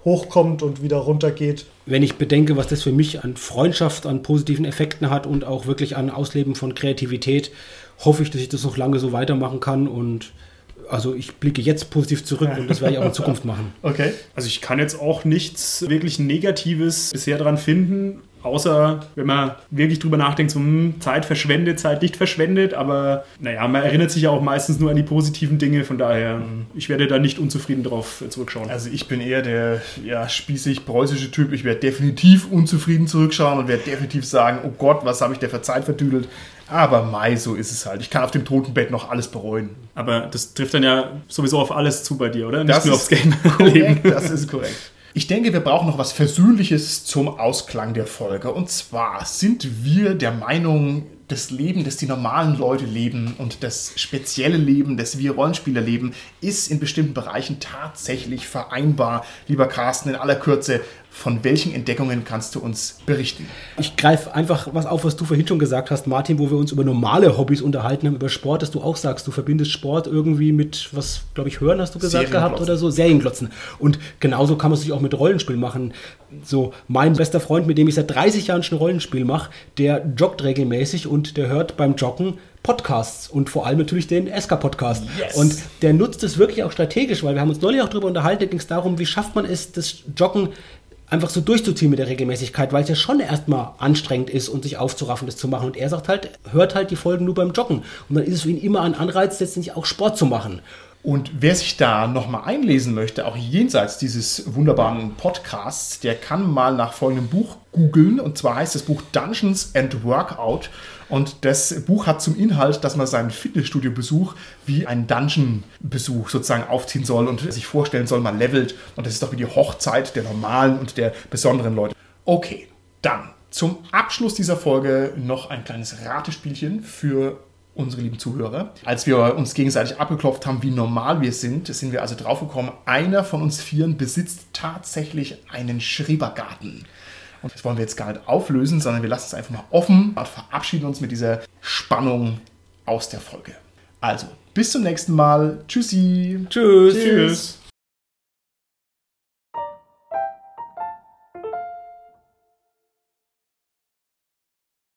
hochkommt und wieder runtergeht. Wenn ich bedenke, was das für mich an Freundschaft, an positiven Effekten hat und auch wirklich an Ausleben von Kreativität, hoffe ich, dass ich das noch lange so weitermachen kann. Und also ich blicke jetzt positiv zurück und das werde ich auch in Zukunft machen. Okay. Also ich kann jetzt auch nichts wirklich Negatives bisher dran finden, außer wenn man wirklich drüber nachdenkt, so Zeit verschwendet, Zeit nicht verschwendet, aber naja, man erinnert sich ja auch meistens nur an die positiven Dinge, von daher, ich werde da nicht unzufrieden drauf zurückschauen. Also ich bin eher der spießig-preußische Typ. Ich werde definitiv unzufrieden zurückschauen und werde definitiv sagen, oh Gott, was habe ich der für Zeit verdüdelt. Aber Mai, so ist es halt. Ich kann auf dem Totenbett noch alles bereuen. Aber das trifft dann ja sowieso auf alles zu bei dir, oder? Das Nicht nur ist aufs Game. korrekt, das ist korrekt. Ich denke, wir brauchen noch was Versöhnliches zum Ausklang der Folge. Und zwar sind wir der Meinung, das Leben, das die normalen Leute leben und das spezielle Leben, das wir Rollenspieler leben, ist in bestimmten Bereichen tatsächlich vereinbar. Lieber Carsten, in aller Kürze, von welchen Entdeckungen kannst du uns berichten? Ich greife einfach was auf, was du vorhin schon gesagt hast, Martin, wo wir uns über normale Hobbys unterhalten haben, über Sport, dass du auch sagst, du verbindest Sport irgendwie mit, was, glaube ich, Hören, hast du gesagt gehabt oder so, Serienglotzen. Und genauso kann man es sich auch mit Rollenspiel machen. So, mein bester Freund, mit dem ich seit 30 Jahren schon Rollenspiel mache, der joggt regelmäßig und der hört beim Joggen Podcasts und vor allem natürlich den SK-Podcast. Yes. Und der nutzt es wirklich auch strategisch, weil wir haben uns neulich auch darüber unterhalten, da ging es darum, wie schafft man es, das Joggen einfach so durchzuziehen mit der Regelmäßigkeit, weil es ja schon erstmal anstrengend ist und sich aufzuraffen, das zu machen. Und er sagt halt, hört halt die Folgen nur beim Joggen. Und dann ist es für ihn immer ein Anreiz, letztendlich auch Sport zu machen. Und wer sich da nochmal einlesen möchte, auch jenseits dieses wunderbaren Podcasts, der kann mal nach folgendem Buch googeln. Und zwar heißt das Buch Dungeons and Workout. Und das Buch hat zum Inhalt, dass man seinen Fitnessstudio-Besuch wie einen Dungeon-Besuch sozusagen aufziehen soll und sich vorstellen soll, man levelt. Und das ist doch wie die Hochzeit der normalen und der besonderen Leute. Okay, dann zum Abschluss dieser Folge noch ein kleines Ratespielchen für unsere lieben Zuhörer. Als wir uns gegenseitig abgeklopft haben, wie normal wir sind wir also draufgekommen, einer von uns vieren besitzt tatsächlich einen Schrebergarten. Und das wollen wir jetzt gar nicht auflösen, sondern wir lassen es einfach mal offen und verabschieden uns mit dieser Spannung aus der Folge. Also, bis zum nächsten Mal. Tschüssi. Tschüss. Tschüss.